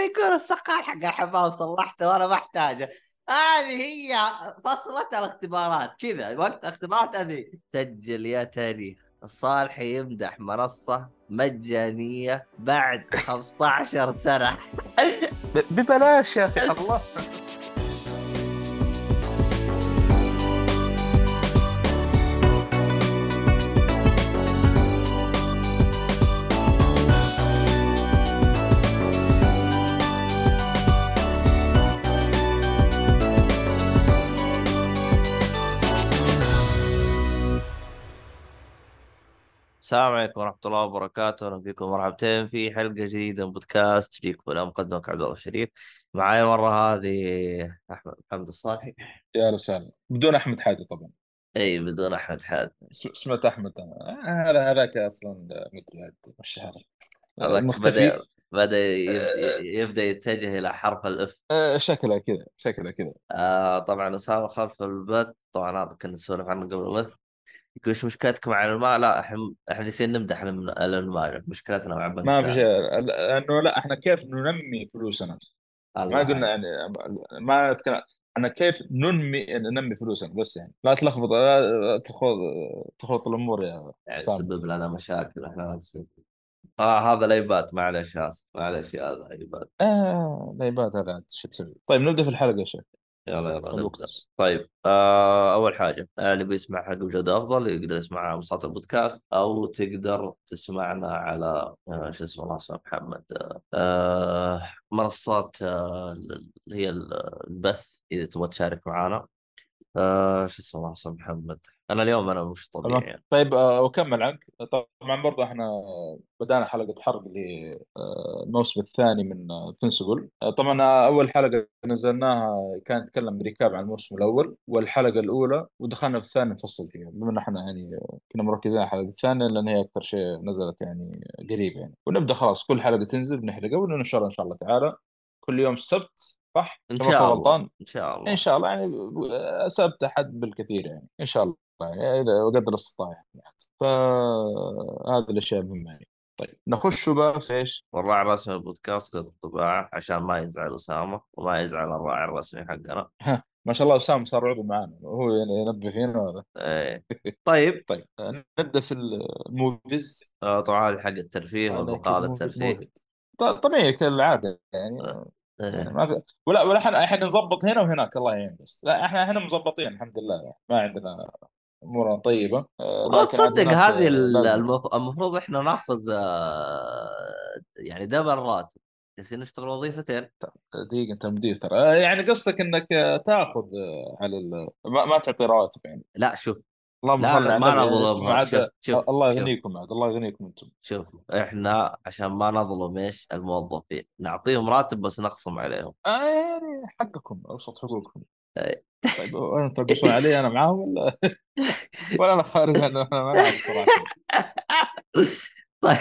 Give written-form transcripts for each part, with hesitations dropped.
لما يكون السقال حق الحمام صلحته وانا ما احتاجه. هذه هي فصلة الاختبارات كذا، وقت اختبارات هذه. سجل يا تاريخ الصالحي يمدح منصة مجانية بعد 15 سنة. ببلاش يا اخي الله. السلام عليكم ورحمة الله وبركاته، أهلا فيكم مرحبتين في حلقة جديدة من بودكاست تجيكم. أنا مقدمك عبد الله الشريف، معاي المرة هذه أحمد محمد الصالحي. يا رسالة بدون احمد حاجه طبعا. أي بدون أحمد حاد. سمعت احمد أنا. هذاك اصلا مثل مش عارف. هذاك مختفي. يبدأ يتجه إلى حرف الإف. شكله كذا شكله كذا. طبعا أسامة خلف البث، طبعا هذا كنا نسولف عنه قبل البث. يقول إيش مشكلتك مع الماء؟ لا إحنا جالسين نمدح الماء، مشكلتنا مع بنك ما في الدعم. شيء لانه لا احنا كيف ننمي فلوسنا. ما الله قلنا عليك. يعني. ما نتكلم. انا كيف ننمي فلوسنا بس يعني لا تلخبط لا تخلط الامور يا يعني سامي. تسبب لنا مشاكل إحنا نفسنا. هذا لايبات، معلش آسف، معلش يا هذا لايبات. لا يبات هذا عاد شو تسوي. طيب نبدا في الحلقه يا شيخ. يلا يلا نبدأ. الوقت. طيب أول حاجة اللي بيسمع حق بجودة أفضل يقدر يسمعنا على منصات البودكاست، أو تقدر تسمعنا على شو اسمه الله اسمه محمد منصات اللي هي البث، إذا تبغى تشارك معنا. شو اسمه الله اسمه محمد. أنا اليوم مش تمام طبيعي يعني. طيب وكمل عنك. طبعا برضه احنا بدأنا حلقة حرق الموسم الثاني من تنسجل. طبعا أول حلقة نزلناها كانت تتكلم ريكاب عن الموسم الأول والحلقة الأولى، ودخلنا في الثاني نفصل فيها بما أن احنا يعني كنا مركزين على الحلقة الثانية لأن هي أكثر شيء نزلت يعني قريب يعني. ونبدأ خلاص كل حلقة تنزل بنحرقها وننشرها إن شاء الله تعالى كل يوم السبت. صح؟ إن عشان ما أكون شاء الله غلطان. إن شاء إن الله. شاء الله يعني سبت أحد بالكثير يعني إن شاء الله. يعني إذا قدر الاستطاعة يعني. فهذه الأشياء المهمة يعني. طيب نخش بقى في إيش؟ والراعي الرسمي للبودكاست قد الطباعة، عشان ما يزعل أسامة وما يزعل الراعي الرسمي حقنا. ها ما شاء الله وسام صار عضو معانا هو يعني ينبه فينا هذا. إيه. طيب. طيب نبدأ في الموفيز. طبعا هذه حق الترفيه هذا أكيد والبقاء للترفيه. موفيز. طبيعي كالعادة يعني. آه، يعني إيه. ما في ولا احنا نظبط هنا وهناك الله يعين بس لا احنا مظبطين الحمد لله يعني. ما عندنا امورنا طيبه والله لكن عاد تصدق هناك هذه لازم يعني. المفروض احنا ناخذ يعني دبل راتب، جالسين نشتغل وظيفتين. دقيقة أنت مدير ترى يعني قصدك إنك تاخذ على ما تعطي رواتب يعني. لا شوف، اللهم لا صل على ما النبي يعني أنتم نظلمهم. شوف عاد. شوف الله شوف يغنيكم عاد الله يغنيكم أنتم. شوف، احنا عشان ما نظلم ايش الموظفين نعطيهم راتب بس نخصم عليهم. يعني حقكم أبسط حقوقكم. طيب وين ترقصون علي أنا معاهم ولا ولا أنا خارج أنا ما أعرف صراحة. طيب.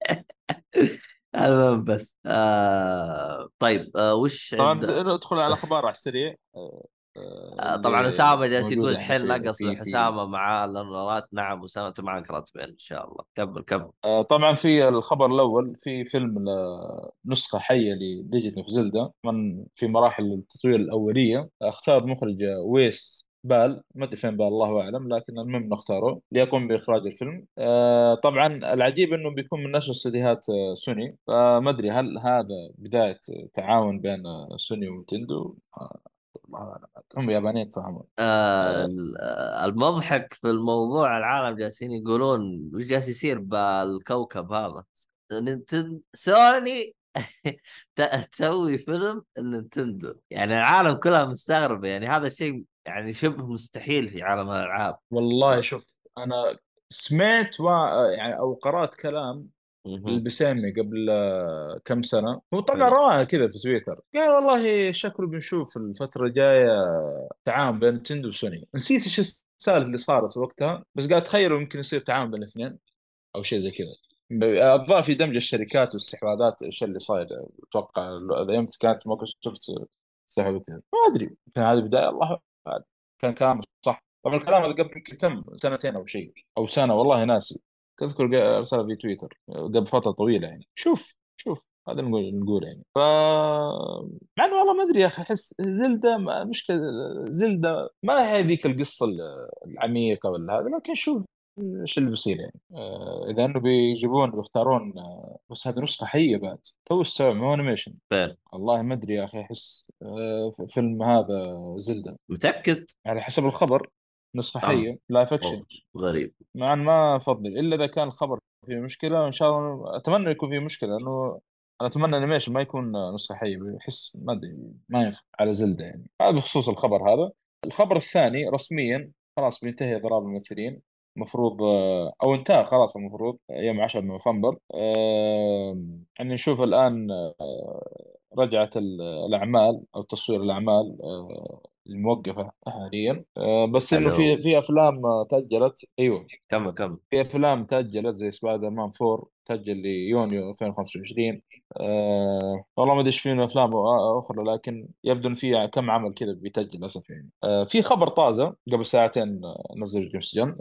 المهم بس طيب وش طبعا عند. ندخل على الأخبار على السريع. طبعا اللي اسامه جالس يقول موجودة يعني الحين في نقص اسامه معاه لانه نعم اسامه انت معك راتبين ان شاء الله. كمل كمل. طبعا في الخبر الأول في فيلم نسخة حية لليجند اوف زلدا من في مراحل التطوير الأولية. اختار مخرج ويس بال ما ادري فين بال الله اعلم لكن المهم نختاره ليقوم باخراج الفيلم. طبعا العجيب انه بيكون من نشر استديوهات سوني فما ادري هل هذا بدايه تعاون بين سوني ونتندو. الله اعلم هم يابانيين فهموا. المضحك في الموضوع العالم جالسين يقولون وش جالس يصير بالكوكب هذا. سوني تسوي فيلم النينتندو، يعني العالم كلها مستغربة، يعني هذا الشيء يعني شبه مستحيل في عالم الألعاب. والله شوف انا سمعت يعني او قرات كلام مهم. البسيمي قبل كم سنة. هو طبعا حلو. رواها كذا في تويتر قال والله شكله بنشوف الفترة الجاية تعاون بين نتندو وسوني. نسيت ايش السالفة اللي صارت وقتها بس قاعد تخيلوا يمكن يصير تعاون بين الاثنين او شيء زي كذا. الظاهر في دمج الشركات واستحواذات الشيء اللي صاير. اتوقع ايام كانت مايكروسوفت استحوذت ما ادري كان هذه بداية الله أعلم. كان كلام صح طبعا الكلام هذا قبل يمكن كم سنتين او شيء او سنة والله ناسي. تذكر ارسلها في تويتر قبل فترة طويلة يعني. شوف هذا نقول يعني. مع انه والله ما ادري يا اخي، احس زلدة مشكله، زلدة ما هي ذيك القصه العميقه ولا هذا، لكن شوف ايش اللي بيصير يعني. اذا انه بيختارون بس هذه نسخه حيه بعد، تو السبب مو انيميشن. فين؟ والله ما ادري يا اخي، احس فيلم هذا زلدة متاكد؟ على حسب الخبر نسخه اه. حيه لايف اكشن. أوه. غريب. مع أن ما أفضل إلا إذا كان الخبر فيه مشكلة، وإن شاء الله أتمنى يكون فيه مشكلة، لأنه أنا أتمنى أنيميشن ما يكون نسخة حية، بحس ما أدري ما ينفع على زلدة يعني. هذا بخصوص الخبر هذا. الخبر الثاني رسميا خلاص بينتهي ضراب الممثلين. المفروض أو انتهى خلاص، المفروض يوم 10 نوفمبر. يعني نشوف الآن رجعت الأعمال أو تصوير الأعمال الموقفة حاليا. بس إنه حلو. في أفلام تأجلت. أيوه، كم كم. في افلام تاجلت زي سبايدر مان 4 تاجل ليونيو 2025. والله ما ادري ايش في من افلام اخرى، لكن يبدو ان في كم عمل كذا بيتاجل للاسف يعني. في خبر طازه قبل ساعتين نزل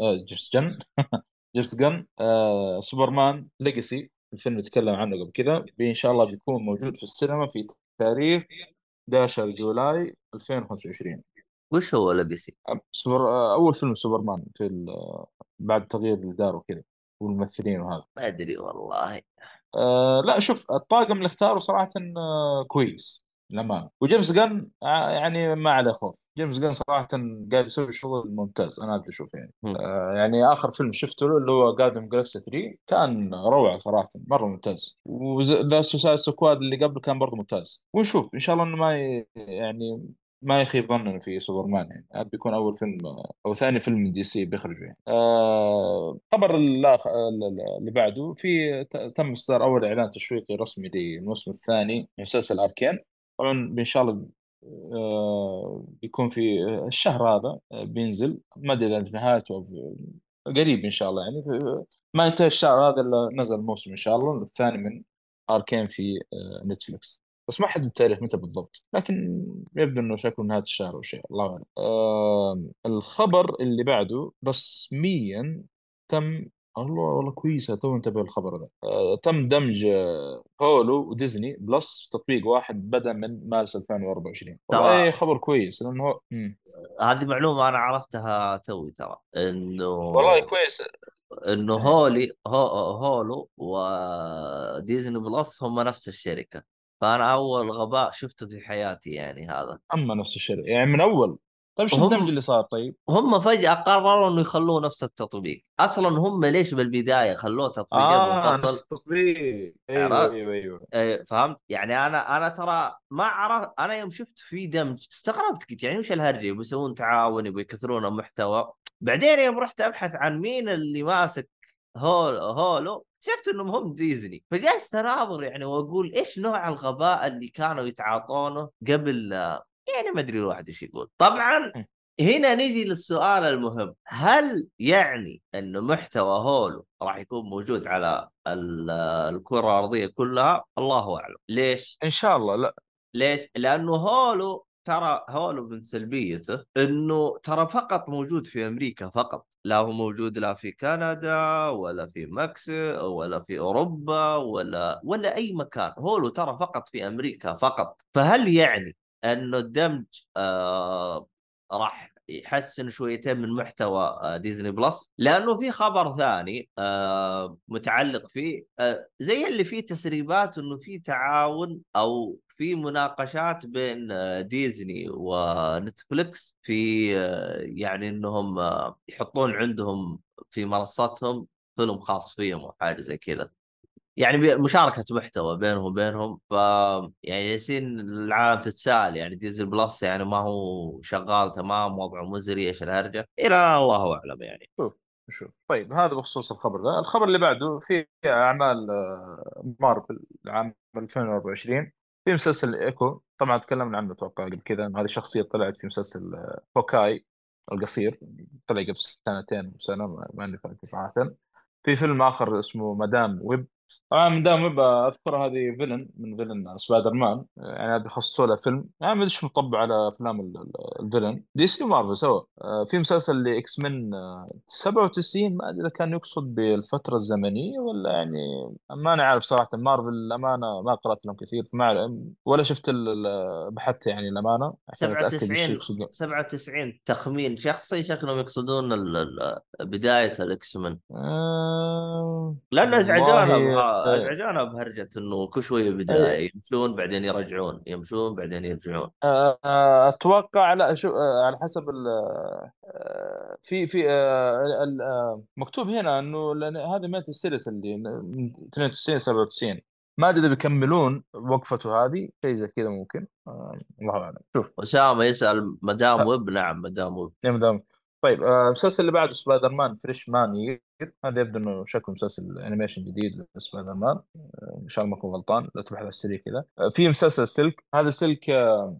جيمس جن سوبرمان ليجاسي، الفيلم اللي تكلم عنه قبل كذا، ان شاء الله بيكون موجود في السينما في تاريخ 11 جولاي 2025. وش هو ليجاسي؟ اول فيلم سوبرمان في بعد تغيير الإدارة وكذا والممثلين وهذا. ما ادري والله. لا شوف، الطاقم اللي اختاره صراحة كويس للأمانة. وجيمس جن يعني ما عليه خوف. جيمس جن صراحة قاعد يسوي شغل ممتاز، أنا هذا اللي أشوفه يعني. هم. يعني آخر فيلم شفته له اللي هو جاردن جلاكسي 3 كان روعة صراحة، مرة ممتاز. وذا سوسايد سكواد اللي قبله كان برضه ممتاز. ونشوف إن شاء الله إنه يعني ما يخيب ظننا في سوبرمان يعني. هذا بيكون أول فيلم أو ثاني فيلم من دي سي بيخرج يعني. خبر اللي بعده في تم إصدار أول إعلان تشويقي رسمي للموسم الثاني من مسلسل أركين. طبعا إن شاء الله بيكون في الشهر هذا بينزل، ما أدري إذا في نهايته أو قريب إن شاء الله يعني. ما ينتهي الشهر هذا إلا نزل الموسم إن شاء الله الثاني من أركين في نتفلكس. بس ما حدد التاريخ متى بالضبط، لكن يبدو انه شكله نهاية الشهر او شيء، الله اعلم. الخبر اللي بعده رسميا تم. الله والله كويسة، تو انتبه الخبر ذا. تم دمج هولو وديزني بلس في تطبيق واحد بدءا من مارس 2024. ترى والله خبر كويس لانه هذه معلومة أنا عرفتها توي، ترى والله إنه كويس. ايه، هولو وديزني بلس هم نفس الشركة. فأنا أول غباء شفته في حياتي يعني هذا. اما نفس الشيء يعني من اول. طيب شو الدمج هم اللي صار طيب؟ هم فجأة قرروا إنه يخلوه نفس التطبيق. أصلا هم ليش بالبداية خلوه تطبيقين نفس منفصل؟ التطبيق، ايوه عرفت؟ ايوه ايوه. فهمت يعني. انا ترى ما اعرف. انا يوم شفت في دمج استغربت، قلت يعني وش الهرجه، بيسوون تعاون يبي يكثرون المحتوى. بعدين يوم رحت ابحث عن مين اللي ماسك هولو، شفت انهم هم ديزني. فجلست اناظر يعني واقول ايش نوع الغباء اللي كانوا يتعاطونه قبل. يعني ما ادري الواحد ايش يقول طبعا. هنا نجي للسؤال المهم، هل يعني انه محتوى هولو راح يكون موجود على الكرة الأرضية كلها؟ الله أعلم. ليش؟ ان شاء الله. لا، ليش؟ لأنه هولو، ترى هولو من سلبيته انه ترى فقط موجود في امريكا فقط، لا هو موجود لا في كندا ولا في مكسيك ولا في اوروبا ولا اي مكان. هولو ترى فقط في امريكا فقط. فهل يعني انه الدمج راح يحسن شويتين من محتوى ديزني بلس؟ لانه في خبر ثاني متعلق فيه زي اللي فيه تسريبات انه في تعاون او في مناقشات بين ديزني ونتفليكس في يعني انهم يحطون عندهم في منصاتهم فيلم خاص فيهم او حاجه زي كذا. يعني مشاركة محتوى بينهم وبينهم. يعني يصير العالم تتساءل يعني ديزل بلس يعني ما هو شغال تمام، وضعه مزري، ايش الهرجة؟ الى الان الله اعلم يعني. شوف شوف طيب، هذا بخصوص الخبر ذا. الخبر اللي بعده في أعمال مارفل عام 2024. في مسلسل إيكو، طبعا تكلمنا عنه أتوقع قبل كذا، إنه هذه شخصية طلعت في مسلسل هوكاي القصير، طلع قبل سنتين وسنة، ما أني فاكر صراحة. في فيلم آخر اسمه مدام ويب طبعا من دام يبقى اذكر هذه فيلن من فيلن سبايدر مان، يعني هذا خصصوا له فيلم، يعني ما ادري ايش مطبع على افلام الفيلن دي سي مارفل سوا. في مسلسل لاكس من 97، ما ادري اذا كان يقصد بالفتره الزمنيه ولا يعني، ما انا عارف صراحه. مارفل الامانه ما قرات لهم كثير، فما ولا شفت بحثت يعني الامانه عشان اتاكد ايش 97. يقصد. 97 تخمين شخصي، شكلهم يقصدون بداية الاكس مان. لأن والله ازعجونا بهرجة انه كل شوية بداية يمشون بعدين يرجعون، يمشون بعدين يرجعون. اتوقع لا شو على حسب في مكتوب هنا انه لأن هذه مات السيريس اللي من 92 97، ما ادري اذا بيكملون وقفته هذه، شيء زي كذا ممكن، الله اعلم. شوف أسامة يسأل مدام ويب. نعم مدام ويب. يا مدام. طيب المسلسل اللي بعده سبايدر مان فريش مان يير. هذا يبدو انه شكله مسلسل انيميشن جديد لسبايدر مان، ان شاء الله ما اكون غلطان لو تبحث على السريع كذا. في مسلسل سلك. هذا سلك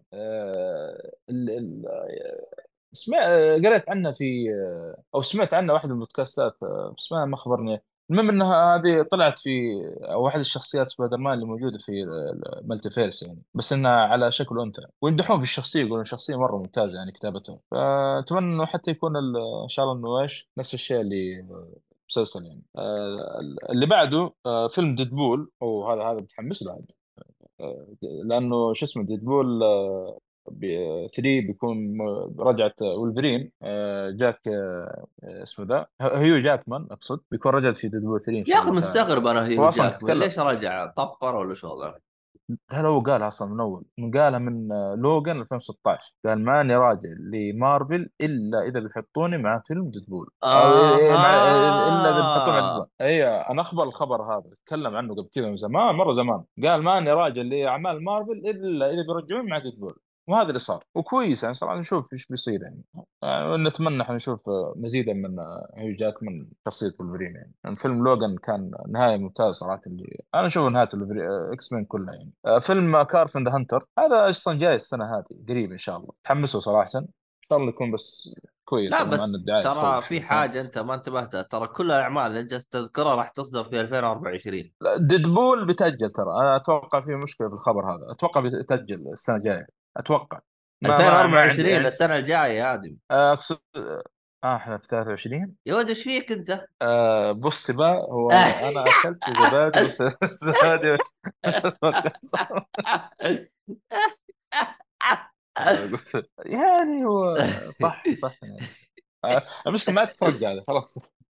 قريت عنه في او سمعت عنه واحد من البودكاستات، بس ما خبرني. المهم انها هذه طلعت في او واحد الشخصيات سبايدر مان اللي موجوده في المالتي فيرس يعني، بس انها على شكل انثى، ويمدحون في الشخصيه، يقولون الشخصيه مره ممتازه يعني كتابتها. فاتمنى انه حتى يكون ان شاء الله انه ايش نفس الشيء اللي مسلسل يعني. اللي بعده فيلم ديدبول، وهذا متحمس له عاد. لانه شو اسمه ديدبول 3 بيكون رجعة وولفرين، جاك اسمه ذا هيو جاكمان اقصد، بيكون رجع في ديدبول 3 ان يا شاء أخي الله تعالى. مستغرب أنا هيو هو اصلا جاكمان تتكلم، ليش رجع، طفر ولا شو وضعه؟ هل هو قالها اصلا من اول، قالها من لوجان 2016، قال ماني راجع لمارفل الا اذا بيحطوني مع فيلم ديدبول، او الا اذا بيحطوني مع ديدبول. آها. اي انا اخبر الخبر هذا، تكلم عنه قبل كذا من زمان، مره زمان، قال ماني راجع لاعمال مارفل الا اذا بيرجعون مع ديدبول. وهذا اللي صار، وكويس يعني صراحه. نشوف ايش بيصير يعني. نتمنى احنا نشوف مزيدا من هيو جاك من شخصيه ولفرين يعني. الفيلم لوجان كان نهايه ممتازه صراحه، اللي انا اشوف نهايه اكس مان كلها يعني. فيلم كارف ذا هانتر هذا اصلا جاي السنه هذه قريب ان شاء الله، تحمسوا صراحه، ان شاء الله يكون بس كويس لا والله، مع ان بس الدعايه ترى تخوف في شوي. ها حاجة أنت ما انتبهت، ترى كل الأعمال اللي أنت تذكرها راح تصدر في 2024. ديدبول بتاجل ترى، انا اتوقع في مشكله في الخبر هذا، اتوقع بتاجل السنه الجايه، اتوقع. ما عندي 2024 يعني. السنة الجاية يا آدم. اقصد احنا في 23. يا ولد ايش فيك أنت؟ بص بقى، هو انا اكلت زبادي بس زبادي يعني هو صح صح يعني. المشكله ما تفرق هذا خلاص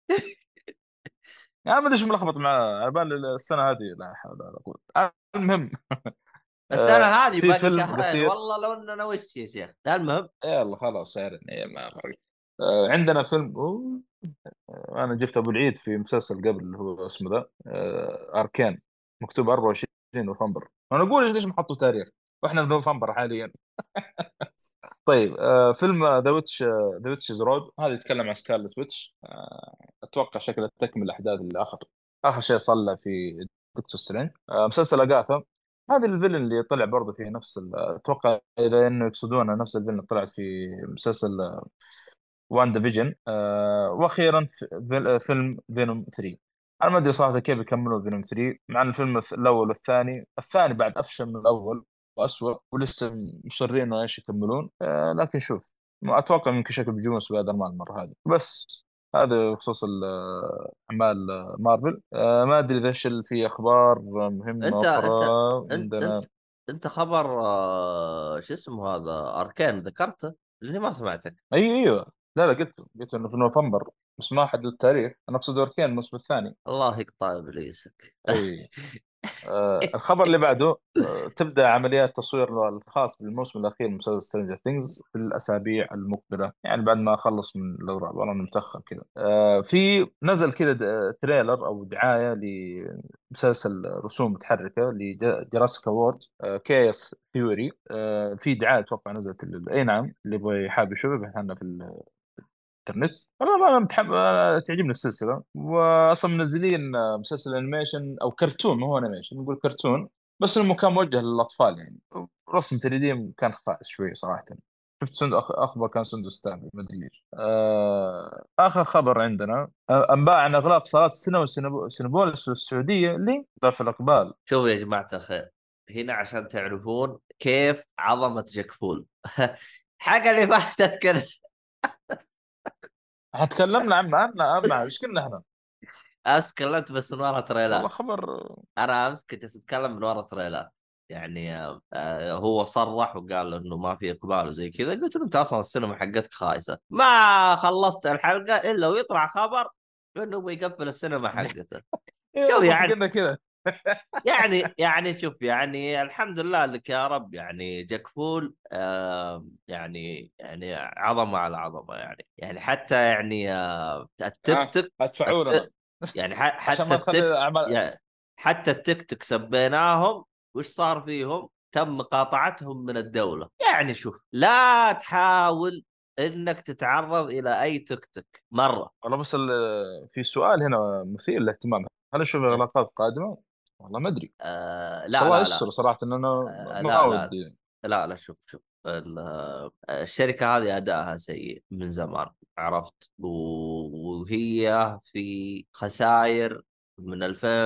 يعني. ما ادري ايش ملخبط معاه، على بال السنه هذه، لا حول ولا قوه. المهم السنة هذه في باقي فيلم شهرين قصير. والله، لو اننا وش يا شيخ. المهم. يلا خلاص يعني ما فرق. عندنا فيلم انا جبت ابو العيد في مسلسل قبل اللي هو اسمه ذا اركان، مكتوب 24 نوفمبر. انا اقول ليش ما حطوا تاريخ واحنا في نوفمبر حاليا. طيب فيلم ذا ويتش رود، هذا يتكلم عن سكارلت ويتش. اتوقع شكله تكمل الاحداث اللي اخر شيء صلى في دكتور سترينج. مسلسل اغاثا، هذا الفيلن اللي طلع برضه في نفس اتوقع اذا انه يقصدونه نفس الفيلن اللي طلع في مسلسل وان ديفيجن. واخيرا فيلم فينوم 3. انا ما ادري صراحه كيف يكملوا فينوم 3، مع ان الفيلم الاول والثاني بعد افشل من الاول واسوأ، ولسه مصرين انه ايش يكملون. لكن شوف، ما اتوقع يمكن شكل بيجون سبايدر مان المره هذه بس. هذا بخصوص اعمال مارفل. ما ادري اذا ايش في اخبار مهمه انت اخرى انت انت عندنا. انت, انت خبر شو اسمه هذا اركان ذكرته اللي ما سمعتك. ايوه لا قلت انه في نوفمبر، بس ما حددوا التاريخ. انا اقصد اوركين الموسم الثاني. الله يقطع ابليسك. اي الخبر اللي بعده تبدأ عمليات تصوير الخاص بالموسم الأخير من مسلسل سترينجر ثينجز في الأسابيع المقبلة، يعني بعد ما أخلص من الأوراق، والله أنا متأخر كذا. في نزل كذا تريلر أو دعاية لمسلسل رسوم متحركة لجراسيكا وورد كيس ثيوري. في دعاية أتوقع نزلت أي نعم، اللي يبغى حاب يشوفه بيحنا في الانترنت. انا متحب تعجبني السلسله، واصلا منزلين مسلسل انيميشن او كرتون، ما هو انيميشن، نقول كرتون، بس انه كان موجه للاطفال يعني. رسم 3 دي كان خايس شوي صراحه. شفت اخبار كان سندس تامر ما ادري ليش. اخر خبر عندنا انباء عن اغلاق صالات السينما سينابوليس في السعوديه لضعف الاقبال. شوفوا يا جماعة الخير، هنا عشان تعرفون كيف عظمة جاك فول. حاجة اللي فاتت كذا. احنا تكلمنا عنها ايش كنا احنا. امس تكلمت بس من ورا والله تريلات. خبر. انا امس كنت اتكلم من ورا تريلات. يعني هو صرح وقال انه ما في اقبال وزي كذا. قلت له انت اصلا السينما حقتك خايسه، ما خلصت الحلقه الا ويطلع خبر انه بيقفل السينما حقته. ايه شوف بالضبط يعني، قلنا كذا. شوف يعني الحمد لله لك يا رب. يعني جاك فول يعني عظمه على عظمه. يعني حتى يعني التيك توك ادفعوا لنا يعني عشان حتى ما نخلي التيك الاعمال. يعني حتى التيك توك سبيناهم. وش صار فيهم؟ تم مقاطعتهم من الدولة. يعني شوف، لا تحاول انك تتعرض الى اي تيك توك مرة. والله بس في سؤال هنا مثير للاهتمام. هل نشوف إيه؟ اغلاقات قادمه؟ والله ما ادري. بس لا الله لا لا. يستر صراحه ان انا ما لا لا ودي. لا لا. شوف الشركة هذه أدائها سيء من زمان، عرفت؟ وهي في خسائر من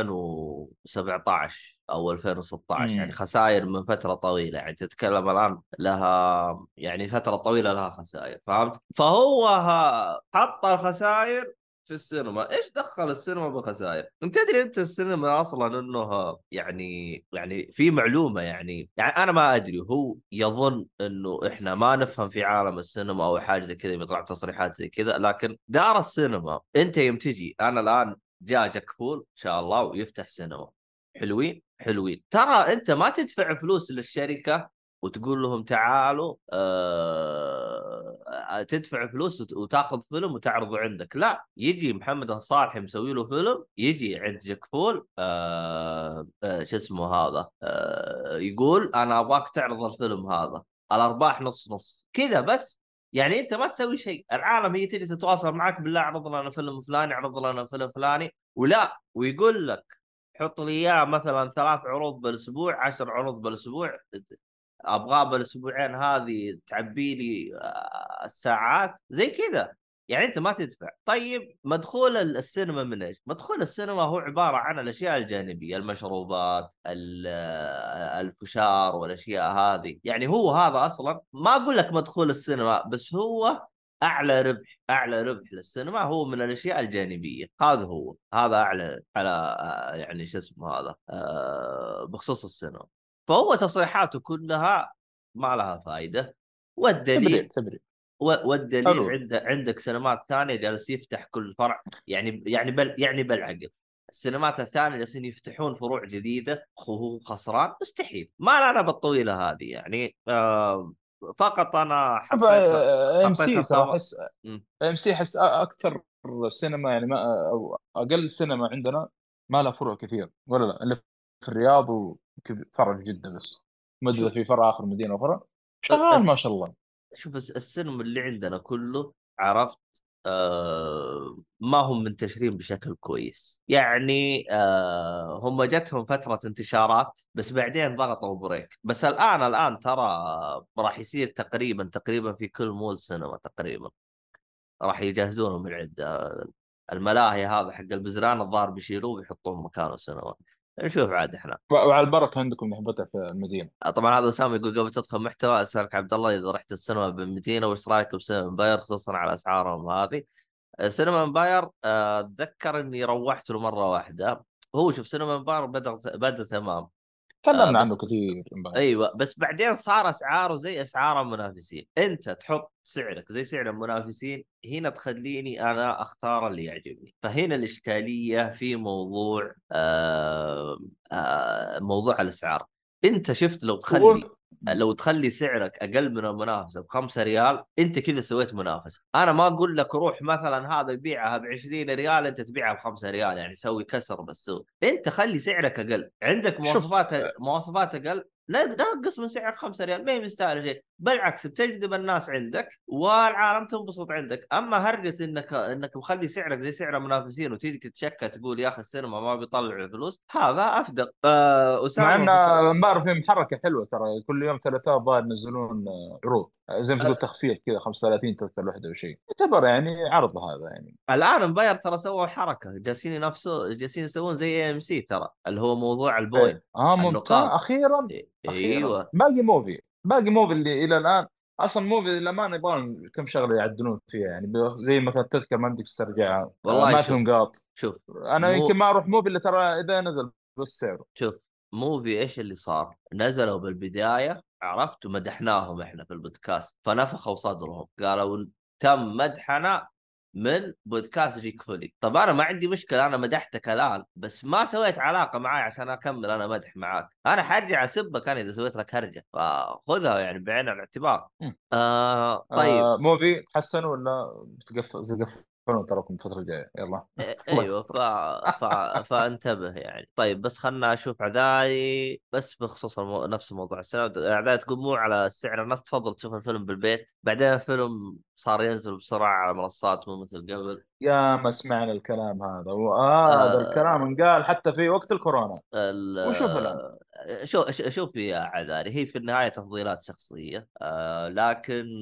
2017 أو 2016. يعني امم خسائر من فترة طويلة. يعني تتكلم الآن لها يعني فترة طويلة لها خسائر، فهمت؟ فهو حط الخسائر في السينما. ايش دخل السينما بخسائر؟ انت تدري انت السينما اصلا انه يعني في معلومه. يعني انا ما ادري، هو يظن انه احنا ما نفهم في عالم السينما او حاجه زي كذا، بيطلع تصريحات زي كذا. لكن دار السينما انت يوم تجي، انا الان جاء جاك فول ان شاء الله ويفتح سينما، حلوين حلوين، ترى انت ما تدفع فلوس للشركه وتقول لهم تعالوا تدفع فلوس وتاخذ فيلم وتعرضه عندك. لا، يجي محمد صالح مسوي له فيلم، يجي عند جكفول شو اسمه هذا يقول انا ابغاك تعرض الفيلم هذا، الارباح نص نص كذا بس. يعني انت ما تسوي شيء، العالم هي تجي تتواصل معك، بالله اعرض لنا فيلم فلاني، اعرض لنا فيلم فلاني، ولا ويقول لك حط لي اياه مثلا 3 عروض بالاسبوع، 10 عروض بالاسبوع، ابغاه بالاسبوعين هذه تعبي لي الساعات زي كذا. يعني انت ما تدفع. طيب مدخول السينما من ايش؟ مدخول السينما هو عباره عن الاشياء الجانبيه، المشروبات، الفشار والاشياء هذه. يعني هو هذا اصلا ما اقول لك مدخول السينما، بس هو اعلى ربح، اعلى ربح للسينما هو من الاشياء الجانبيه. هذا هو هذا اعلى على يعني شو اسمه هذا بخصوص السينما. فهو تصريحاته كلها ما لها فائدة. تبرير والدليل تبرير. والدليل حلو. عندك سينمات ثانية جالس يفتح كل فرع. يعني بالعقل السينمات الثانية جالسين يفتحون فروع جديدة، هو خسران؟ مستحيل. ما لنا بالطويلة هذه يعني فقط أنا شوف ام حطيت سي ترى الخبر. احس. ام سي احس اكثر سينما يعني ما او اقل سينما عندنا ما لها فروع كثير ولا لا الا في الرياض وكذا فرع في جده بس. ما ادري شوف إذا في فرع اخر مدينه اخرى شغال ما شاء الله. شوف السينما اللي عندنا كله، عرفت؟ ما هم منتشرين بشكل كويس. يعني هم جتهم فترة انتشارات بس بعدين ضغطوا بريك. بس الآن ترى راح يصير تقريبا في كل مول سينما تقريبا راح يجهزونه من عدة. الملاهي هذا حق البزران الظاهر بيشيلوه ويحطون مكانه سينما. نشوف عاد احنا. وعلى البركه عندكم نحبتها في المدينه. طبعا هذا اسامه يقول قبل تدخل محتوى اسالك عبد الله اذا رحت السينما بالمدينه وش رايك بسينما امباير خصوصا على اسعارهم هذه. سينما امباير اتذكر اني روحت له مره واحده. هو شوف سينما امباير بدا تمام. تكلمنا عنه بس كثير امبارح. ايوه، بس بعدين صار اسعاره زي اسعار المنافسين. انت تحط سعرك زي سعر المنافسين، هنا تخليني انا اختار اللي يعجبني. فهنا الاشكاليه في موضوع موضوع الاسعار. انت شفت و... لو تخلي سعرك اقل من المنافسه ب5 ريال، انت كذا سويت منافسه. انا ما اقول لك روح مثلا هذا يبيعها ب20 ريال انت تبيعها ب5 ريال، يعني سوي كسر بالسوق. انت خلي سعرك اقل، عندك شوف مواصفات اقل، نقص من سعر 5 ريال، ما هي مستاهله شيء، بالعكس بتجذب الناس عندك والعالم تنبسط عندك. اما هرجة انك مخلي سعرك زي سعر المنافسين وتيجي تتشكى تقول يا اخي السينما ما بيطلع فلوس، هذا افدق. مع اسامه ان امبارح في حركه حلوه ترى، كل يوم ثلاثاء الظاهر ينزلون عروض زي ما تقول تخفيض كذا 35 تذكر الوحده وشيء، يعتبر يعني عرض هذا يعني. الان امباير ترى سووا حركه، جالسين يسوون زي اي ام سي ترى، اللي هو موضوع البوينت، ايه اه ممتاز النقاط. اخيرا. اخيرا ايوه باقي موفي اللي الى الان اصلا موفي للامانه يبغون كم شغله يعدلون فيها يعني، زي مثلا تذكر ما بدك تسترجعها والله. ما في شوف نقاط. شوف انا يمكن مو ما اروح موفي الا ترى اذا نزل بس سعره. شوف موفي ايش اللي صار؟ نزلوا بالبدايه، عرفت، ومدحناهم احنا في البودكاست، فنفخوا صدرهم قالوا تم مدحنا من بودكاست جيك فولي. طب انا ما عندي مشكله، انا مدحتك الان بس ما سويت علاقه معاي عشان اكمل انا مدح معاك، انا حرجع اسبك انا اذا سويت لك هرجه، فخذها يعني بعين الاعتبار. طيب. موفي تحسن ولا بتقفلون تراكم الفتره الجايه يلا الله ايوه يستر. ف... فانتبه يعني. طيب بس خلنا اشوف اعذاري بس بخصوص نفس موضوع السنه، اعذاري تقول مو على السعر، الناس تفضل تشوف الفيلم بالبيت، بعدين الفيلم صار ينزل بسرعه على منصات مو مثل قبل. يا ما سمعنا الكلام هذا، وهذا الكلام آه... انقال حتى في وقت الكورونا. ال... وشوف الان. شوف يا عذاري، هي في النهايه تفضيلات شخصيه، لكن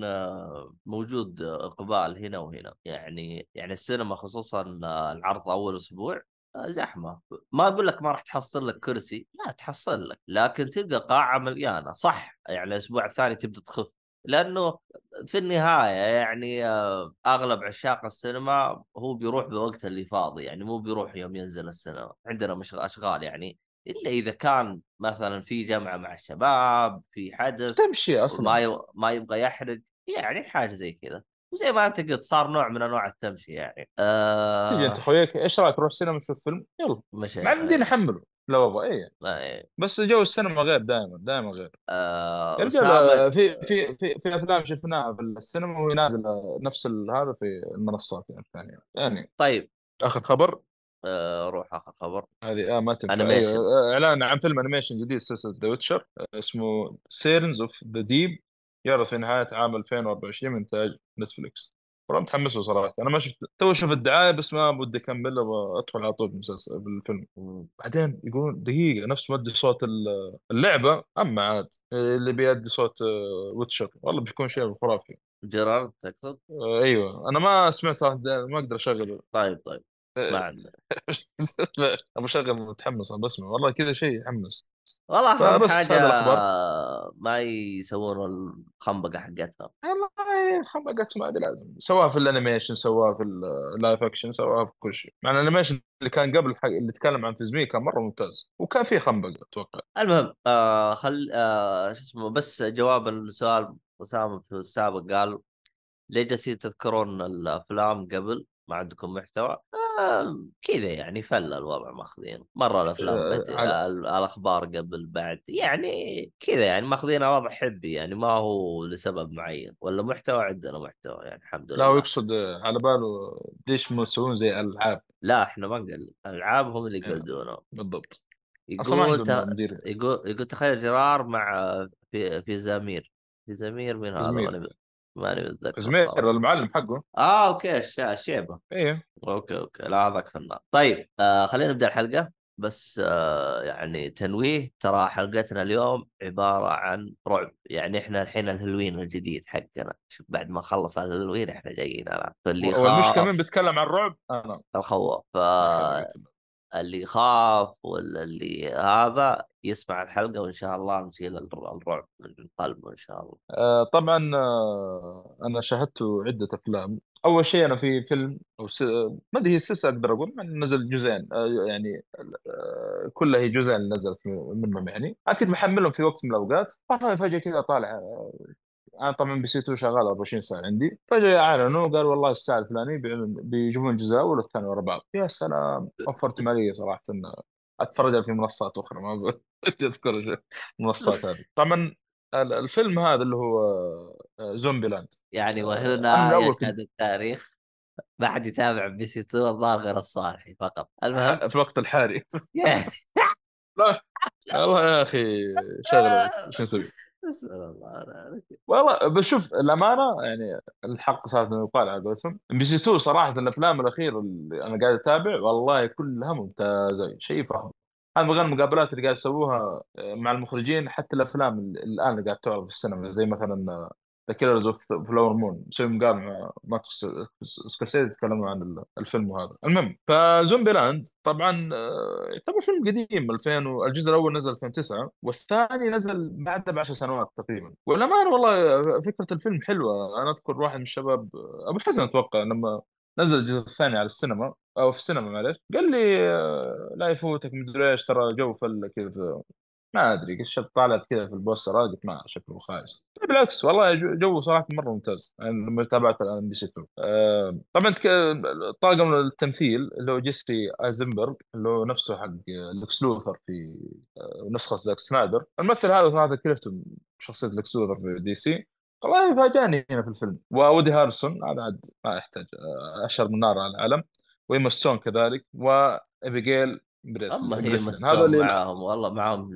موجود اقبال هنا وهنا، يعني السينما خصوصا العرض اول اسبوع زحمه. ما اقول لك ما راح تحصل لك كرسي، لا تحصل لك، لكن تلقى قاعه مليانه صح، يعني الاسبوع الثاني تبدا تخف، لانه في النهايه يعني اغلب عشاق السينما هو بيروح بوقت اللي فاضي، يعني مو بيروح يوم ينزل السينما، عندنا مش اشغال يعني، الا اذا كان مثلا في جمعه مع الشباب في حدث تمشي اصلا. ما يبغى يحرق، يعني حاجه زي كذا. وزي ما انت قلت صار نوع من انواع التمشي يعني. تيجي انت خويك ايش رايك نروح السينما نشوف فيلم يلا، مش مع بدي نحمله لو ابغى ايه. آه بس جو السينما غير، دائما غير. يا رجال اسامه. في افلام شفناها في السينما وهي نازله نفس هذا في المنصات يعني الثانيه يعني. طيب. اخر خبر. روح اخر خبر. هذه ما تنفع ايوه. انيميشن. اعلان عن فيلم انيميشن جديد سلسله ذا ويتشر، اسمه سيرنز اوف ذا ديب، يعرض في نهايه عام 2024 من انتاج نتفليكس. والله متحمس له صراحه، انا ما شفت تو اشوف الدعايه بس ما بدي اكمل، ابغى ادخل على طول بالمسلسل بالفيلم. بعدين يقولون دقيقه نفس مؤدي صوت اللعبه، اما عاد اللي بيأدي صوت ويتشر والله بيكون شيء خرافي. جيرارد تقصد؟ ايوه انا ما سمعت صراحه ما اقدر اشغله. طيب ما عندنا. ابو شغل متحمس انا بسمع والله كذا شيء يحمس. والله اهم فبس حاجه هذا الاخبار. ما يسوون الخنبقه حقتها. والله حمقت ما ادري لازم سواها في الانيميشن سواها في اللايف اكشن سواها في كل شيء، مع الانيميشن اللي كان قبل اللي تكلم عن تزميل كان مره ممتاز وكان فيه خنبقه اتوقع. المهم خل شو اسمه، بس جواب السؤال، أسامة في السابق قال ليه جالسين تذكرون الافلام قبل ما عندكم محتوى؟ كذا يعني، فل الوضع ماخذين مره الافلام على الاخبار قبل بعد، يعني كذا يعني ماخذينها وضع حبي، يعني ما هو لسبب معين، ولا محتوى، عندنا محتوى يعني الحمد لا هو لله. يقصد على باله ليش مو يسوون زي الالعاب. لا احنا ما نقلد العاب، هم اللي آه، يقلدونه. بالضبط. اصلا ما يقول عندهم مدير. يقول تخيل جرار مع في زمير. في زمير من هذا؟ زمير. ماني متذكر زمير صراحه. المعلم حقه. اوكي الشيبه. ايه. اوكي لا هذاك فنان. طيب خلينا نبدا الحلقه، بس يعني تنويه، ترى حلقتنا اليوم عباره عن رعب، يعني احنا الحين الهلوين الجديد حقنا، شوف بعد ما خلص الهلوين احنا جايين الان، فاللي والمشكله مين يخاف بيتكلم عن الرعب؟ انا. الخواف، لا حول ولا قوه الا اللي يخاف ولا اللي هذا يسمع الحلقة، وإن شاء الله نشيل الرعب من قلبه إن شاء الله. طبعا انا شاهدت عده افلام. اول شيء انا في فيلم ما ادري هي سلسله اقدر اقول مع إنه نزل جزئين يعني كلها هي جزئين نزلت منهم يعني، انا كنت محملهم في وقت من الاوقات فجاه كذا طالع انا طبعا بي سي 2 شغال 24 ساعه عندي، فجاه اعلنوا قال والله الساعه الفلانيه بيجيبون الجزء الاول والثاني ورا بعض. يا سلام وفرت ماليه صراحه ان اتفرج في منصات اخرى ما بدي اذكر المنصات هذه طبعا. الفيلم هذا اللي هو زومبي لاند. يعني انا من وهنا الاول كنت يشهد التاريخ، ما حد يتابع بي سي 2 الظاهر غير الصالحي فقط. المهم. في الوقت الحالي. لا والله يا اخي، شغله بس شو نسوي. بسم الله والله بشوف الامانه يعني، الحق صارت انه يقال على قولتهم، ام بي سي 2 صراحه الافلام الاخيره اللي انا قاعد اتابع والله كلها ممتازه، شيء فخم. هذا من غير المقابلات اللي قاعد يسووها مع المخرجين، حتى الافلام الان اللي قاعد تعرض في السينما زي مثلا ذا كيلرز اوف فلاور مون، مسوي مقابله مع ماركوس سكورسيزي يتكلموا عن الفيلم. وهذا المهم، فزومبي لاند طبعا يعتبر فيلم قديم 2000 الجزء الاول نزل 2009 والثاني نزل بعدها ب 10 سنوات تقريبا. والأمانة والله فكرة الفيلم حلوة. أنا أذكر واحد من الشباب أبو حسن أتوقع لما نزل الجزء الثاني على السينما أو في السينما معلش، قال لي لا يفوتك مدري إيش، ترى جو فل كذا. ما ادري الشاب طالعت كذا في البوستر قلت ما شكله خايس. بالعكس والله جو صراحه مره ممتاز يعني لما تابعت الان بي سي 2. طبعا طاقم التمثيل اللي هو جيسي ايزنبرغ اللي هو نفسه حق لوكس لوثر في نسخه زاك سنايدر. الممثل هذا صراحه كرهته شخصيه لوكس لوثر في دي سي. والله فاجأني هنا في الفيلم. وودي هارسون هذا عاد ما يحتاج، اشهر من نار على العالم. وإيما ستون كذلك، وابيجيل اما هي بريسلين. هذا مستوى اللي معاهم والله، معاهم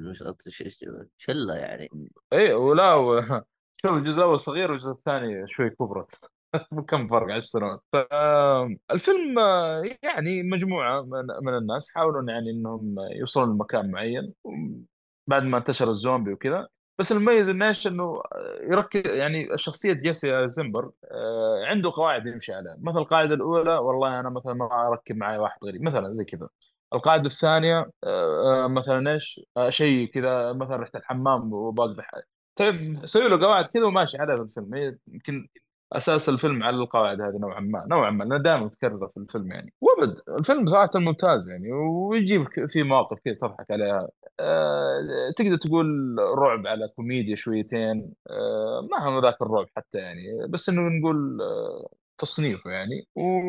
شله يعني. اي ولا شوف الجزء الاول صغير والجزء الثاني شوي كبرت. كم فرق 10 سنوات. الفيلم يعني مجموعه من الناس حاولوا يعني انهم يوصلون لمكان معين بعد ما انتشر الزومبي وكذا. بس المميز انه ايش، انه يركز يعني الشخصيه جيسي زنبر عنده قواعد يمشي عليها. مثلا القاعده الاولى، والله انا مثلا ما اركب معي واحد غريب مثلا زي كذا. القاعده الثانيه مثلا ايش شيء كذا، مثلا رحت الحمام وباقي حاجه. طيب سوي له قواعد كذا وماشي عليها في الفيلم. هي يمكن اساس الفيلم على القواعد هذه نوعا ما، نوعا ما لانها دائما تكرر في الفيلم يعني. وابد الفيلم صراحه ممتاز يعني، ويجيب في مواقف كذا تضحك عليها. تقدر تقول رعب على كوميديا شويتين، ما هو ذاك الرعب حتى يعني، بس انه نقول تصنيفه يعني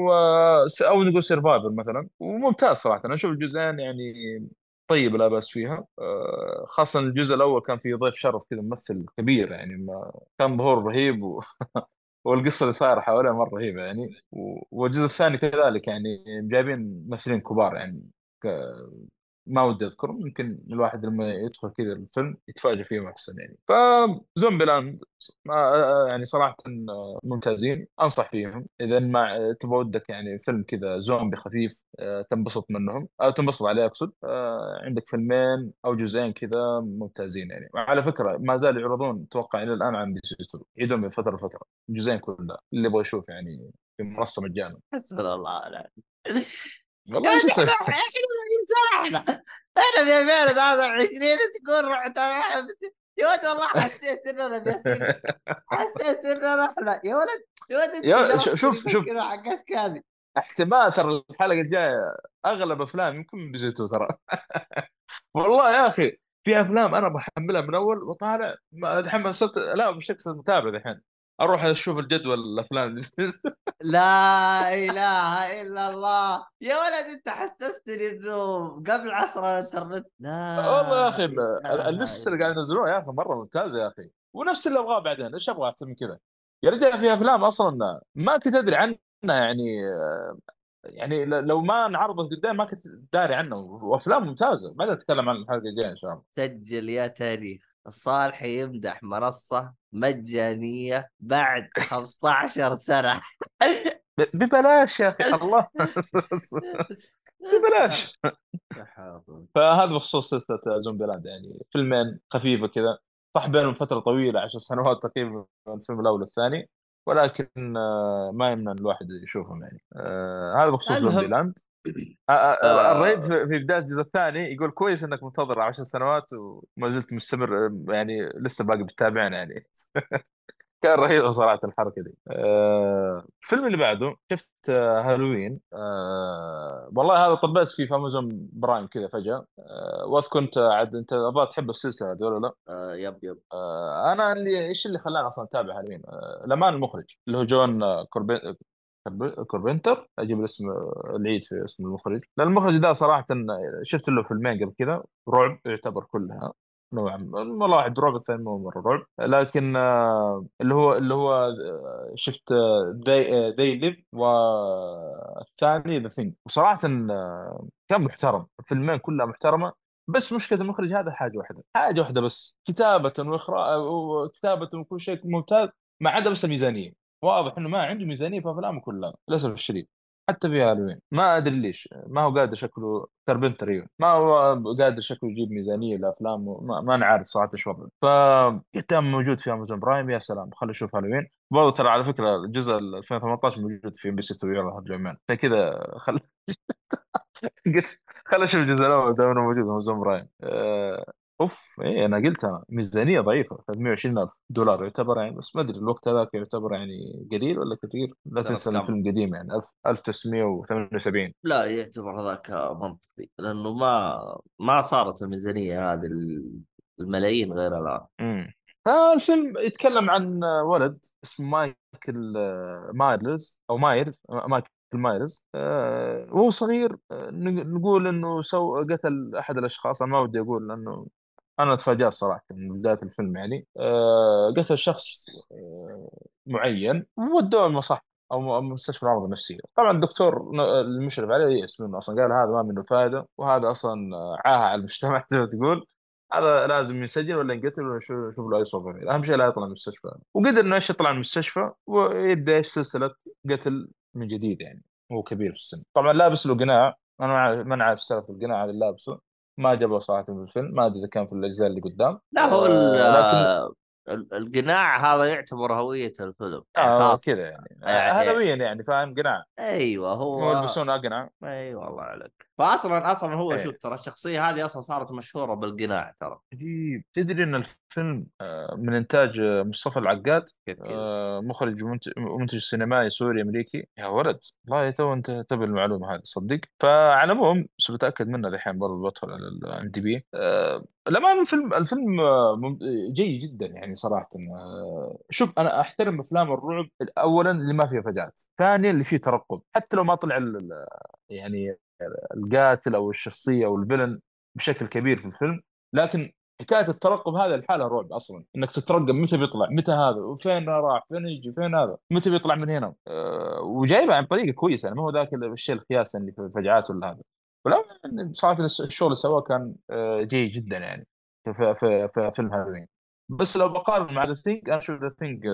او نقول سيرفايفل مثلا. وممتاز صراحه، انا اشوف الجزئين يعني طيب لا بأس فيها. خاصة الجزء الأول كان فيه ضيف شرف كذا ممثل كبير يعني، ما كان ظهور رهيب والقصة اللي صايرة حواليه مرة رهيبة يعني. والجزء الثاني كذلك يعني جايبين ممثلين كبار يعني. ك... ما ودي أذكر، ممكن الواحد لما يدخل كذا الفيلم يتفاجئ فيهم أحسن يعني. فزومبي لاند يعني صراحة ممتازين، أنصح فيهم إذا ما تبغى ودك يعني فيلم كذا زومبي خفيف تنبسط منهم أو تنبسط عليه أقصد. عندك فيلمين أو جزئين كذا ممتازين يعني. وعلى فكرة ما زال يعرضون أتوقع إلى الآن عن بي سي 2، يعيدون من فترة لفترة الجزئين كلها اللي يبغى يشوف يعني في منصة مجانا. حسبنا الله ونعم. يا والله ايش ولد تسوي؟ احنا احنا في 2023 تقول روح تابعنا يا ولد والله حسيت اننا جالسين، حسيت اننا احنا يا ولد. يا ولد انت جربت شوف كذا حقتك هذه. احتمال ترى الحلقة الجاية اغلب افلام يمكن من بي سي 2 ترى. والله يا اخي في افلام انا بحملها من اول وطالع دحين صرت لا بشكل صرت متابع دحين، اروح اشوف الجدول الافلام. لا اله الا الله يا ولد، انت حسستني انه قبل عصر الانترنت. والله يا لا اخي اله اللسته اللي الا قاعد ينزلوها يا اخي مره ممتازه يا اخي، ونفس اللي ابغاه بعدين. ايش ابغى اكثر من كذا؟ يا رجال في افلام اصلا ما كنت ادري عنها يعني. يعني لو ما انعرضت قدام ما كنت داري عنه، وافلام ممتازه. بعدين نتكلم عن الحلقه الجايه ان شاء الله. سجل يا تاريخ. الصالح يمدح منصة مجانية بعد 15 سنة. ببلاش يا اخي الله. ببلاش. فهذا بخصوص سلسله زومبي لاند يعني، فيلمين خفيفه كذا. صح بينهم فتره طويله 10 سنوات تقريبا من الفيلم الاول والثاني، ولكن ما يمنع الواحد يشوفهم يعني. هذا بخصوص زومبي المهم لاند. الرهيب آه في بدايه الجزء الثاني يقول كويس انك منتظر 10 سنوات وما زلت مستمر يعني لسه باقي بتتابعنا يعني. كان رهيب صراحه الحركه دي. الفيلم اللي بعده شفت هالوين. والله هذا طبيت فيه في امازون برايم كذا فجاه. واذكر انت عاد انت الظاهر تحب السلسله هذه ولا لا؟ يب يب. انا اللي ايش اللي خلاني اصلا اتابع هالوين لمان المخرج اللي هو جون كوربنتر. اجيب الاسم العيد في اسم المخرج، لان المخرج ده صراحه شفت له فيلمين قبل كذا رعب يعتبر كلها نوعا ما، واحد رعب الثاني مو مره رعب. لكن اللي هو شفت ذي ليف والثاني ذا ثينج. وصراحه كان محترم، الفيلمين كلها محترمه. بس مشكله المخرج هذا حاجه واحده، حاجه واحده بس، كتابه واخراج وكتابه وكل شيء ممتاز، ما عدا بس الميزانيه. واضح انه ما عنده ميزانيه في افلامه كلها للاسف الشديد. حتى في هالوين ما ادري ليش ما هو قادر، شكله كاربنتر ما هو قادر شكله يجيب ميزانيه لافلامه، ما نعرف صراحه ايش وضعه. فكتاب موجود في امازون برايم، يا سلام خلينا نشوف هالوين. برضه ترى على فكره الجزء 2018 موجود في ام بي سي 2 يلا هالجمال، فكذا قلت خل اشوف الجزء الاول دام انه موجود في امازون برايم. اوف ايه انا قلت انا ميزانيه ضعيفه 320 الف دولار يعتبر يعني، بس ما ادري الوقت هذاك يعتبر يعني قليل ولا كثير. لا سنة تنسى كم؟ الفيلم قديم يعني 1000 1978. لا يعتبر هذاك منطقي، لانه ما صارت الميزانيه هذه الملايين غير الان. امم فالفيلم يتكلم عن ولد اسمه مايكل مايرز او مايرز مايكل مايرز. وهو صغير نقول انه قتل احد الاشخاص. انا ما ودي اقول لانه انا تفاجأت صراحه من بدايه الفيلم يعني. قتل شخص معين وودوه المصح او مستشفى الامراض النفسيه. طبعا الدكتور المشرف عليه يأس منه اصلا، قال هذا ما منه فائده وهذا اصلا عاهه على المجتمع زي ما تقول. هذا لازم ينسجن ولا ينقتل ولا شوف له اي صوبه فيه. اهم شيء لا يطلع من المستشفى. وقدر انه ايش يطلع من المستشفى ويبدا ايش سلسله قتل من جديد يعني. هو كبير في السن طبعا، لابس له قناع. انا ما عارف سالفه القناع اللي لابسه، ما جابه صراحه في الفيلم، ما ادري اذا كان في الاجزاء اللي قدام. لا هو لكن القناع هذا يعتبر هويه الفيلم يعني خاص. كذا يعني يعني هلويا يعني فاهم قناع. ايوه مو هو. يلبسون اقنع. اي والله عليك. فاصلا هو شوف ايه ترى الشخصيه هذه اصلا صارت مشهوره بالقناع ترى. عجيب. تدري ان الفيلم من انتاج مصطفى العقاد، كيف كذا؟ مخرج ومنتج سينمائي سوري امريكي يا ولد. والله تو انت تبي المعلومه هذه صدق. فعلى العموم بس بتاكد منها الحين برضه بدخل على الام دي بي. الأمان الفيلم جيد جدا يعني صراحة. شوف أنا أحترم أفلام الرعب أولا اللي ما فيها فجعات، ثانيا اللي فيه ترقب حتى لو ما طلع يعني القاتل او الشخصيه او الفيلن بشكل كبير في الفيلم، لكن حكايه الترقب هذا الحاله رعب اصلا، انك تترقب متى بيطلع، متى هذا، وفين راح، فين يجي، فين هذا، متى بيطلع من هنا. وجايبها عن طريقه كويسه يعني، ما هو ذاك الشيء الخياس اللي في الفجعات ولا هذا. ولا صراحه الشغل اللي سواه كان جيد جدا يعني في فيلم هالوين. بس لو بقارن مع ذا ثينج، انا اشوف ذا ثينج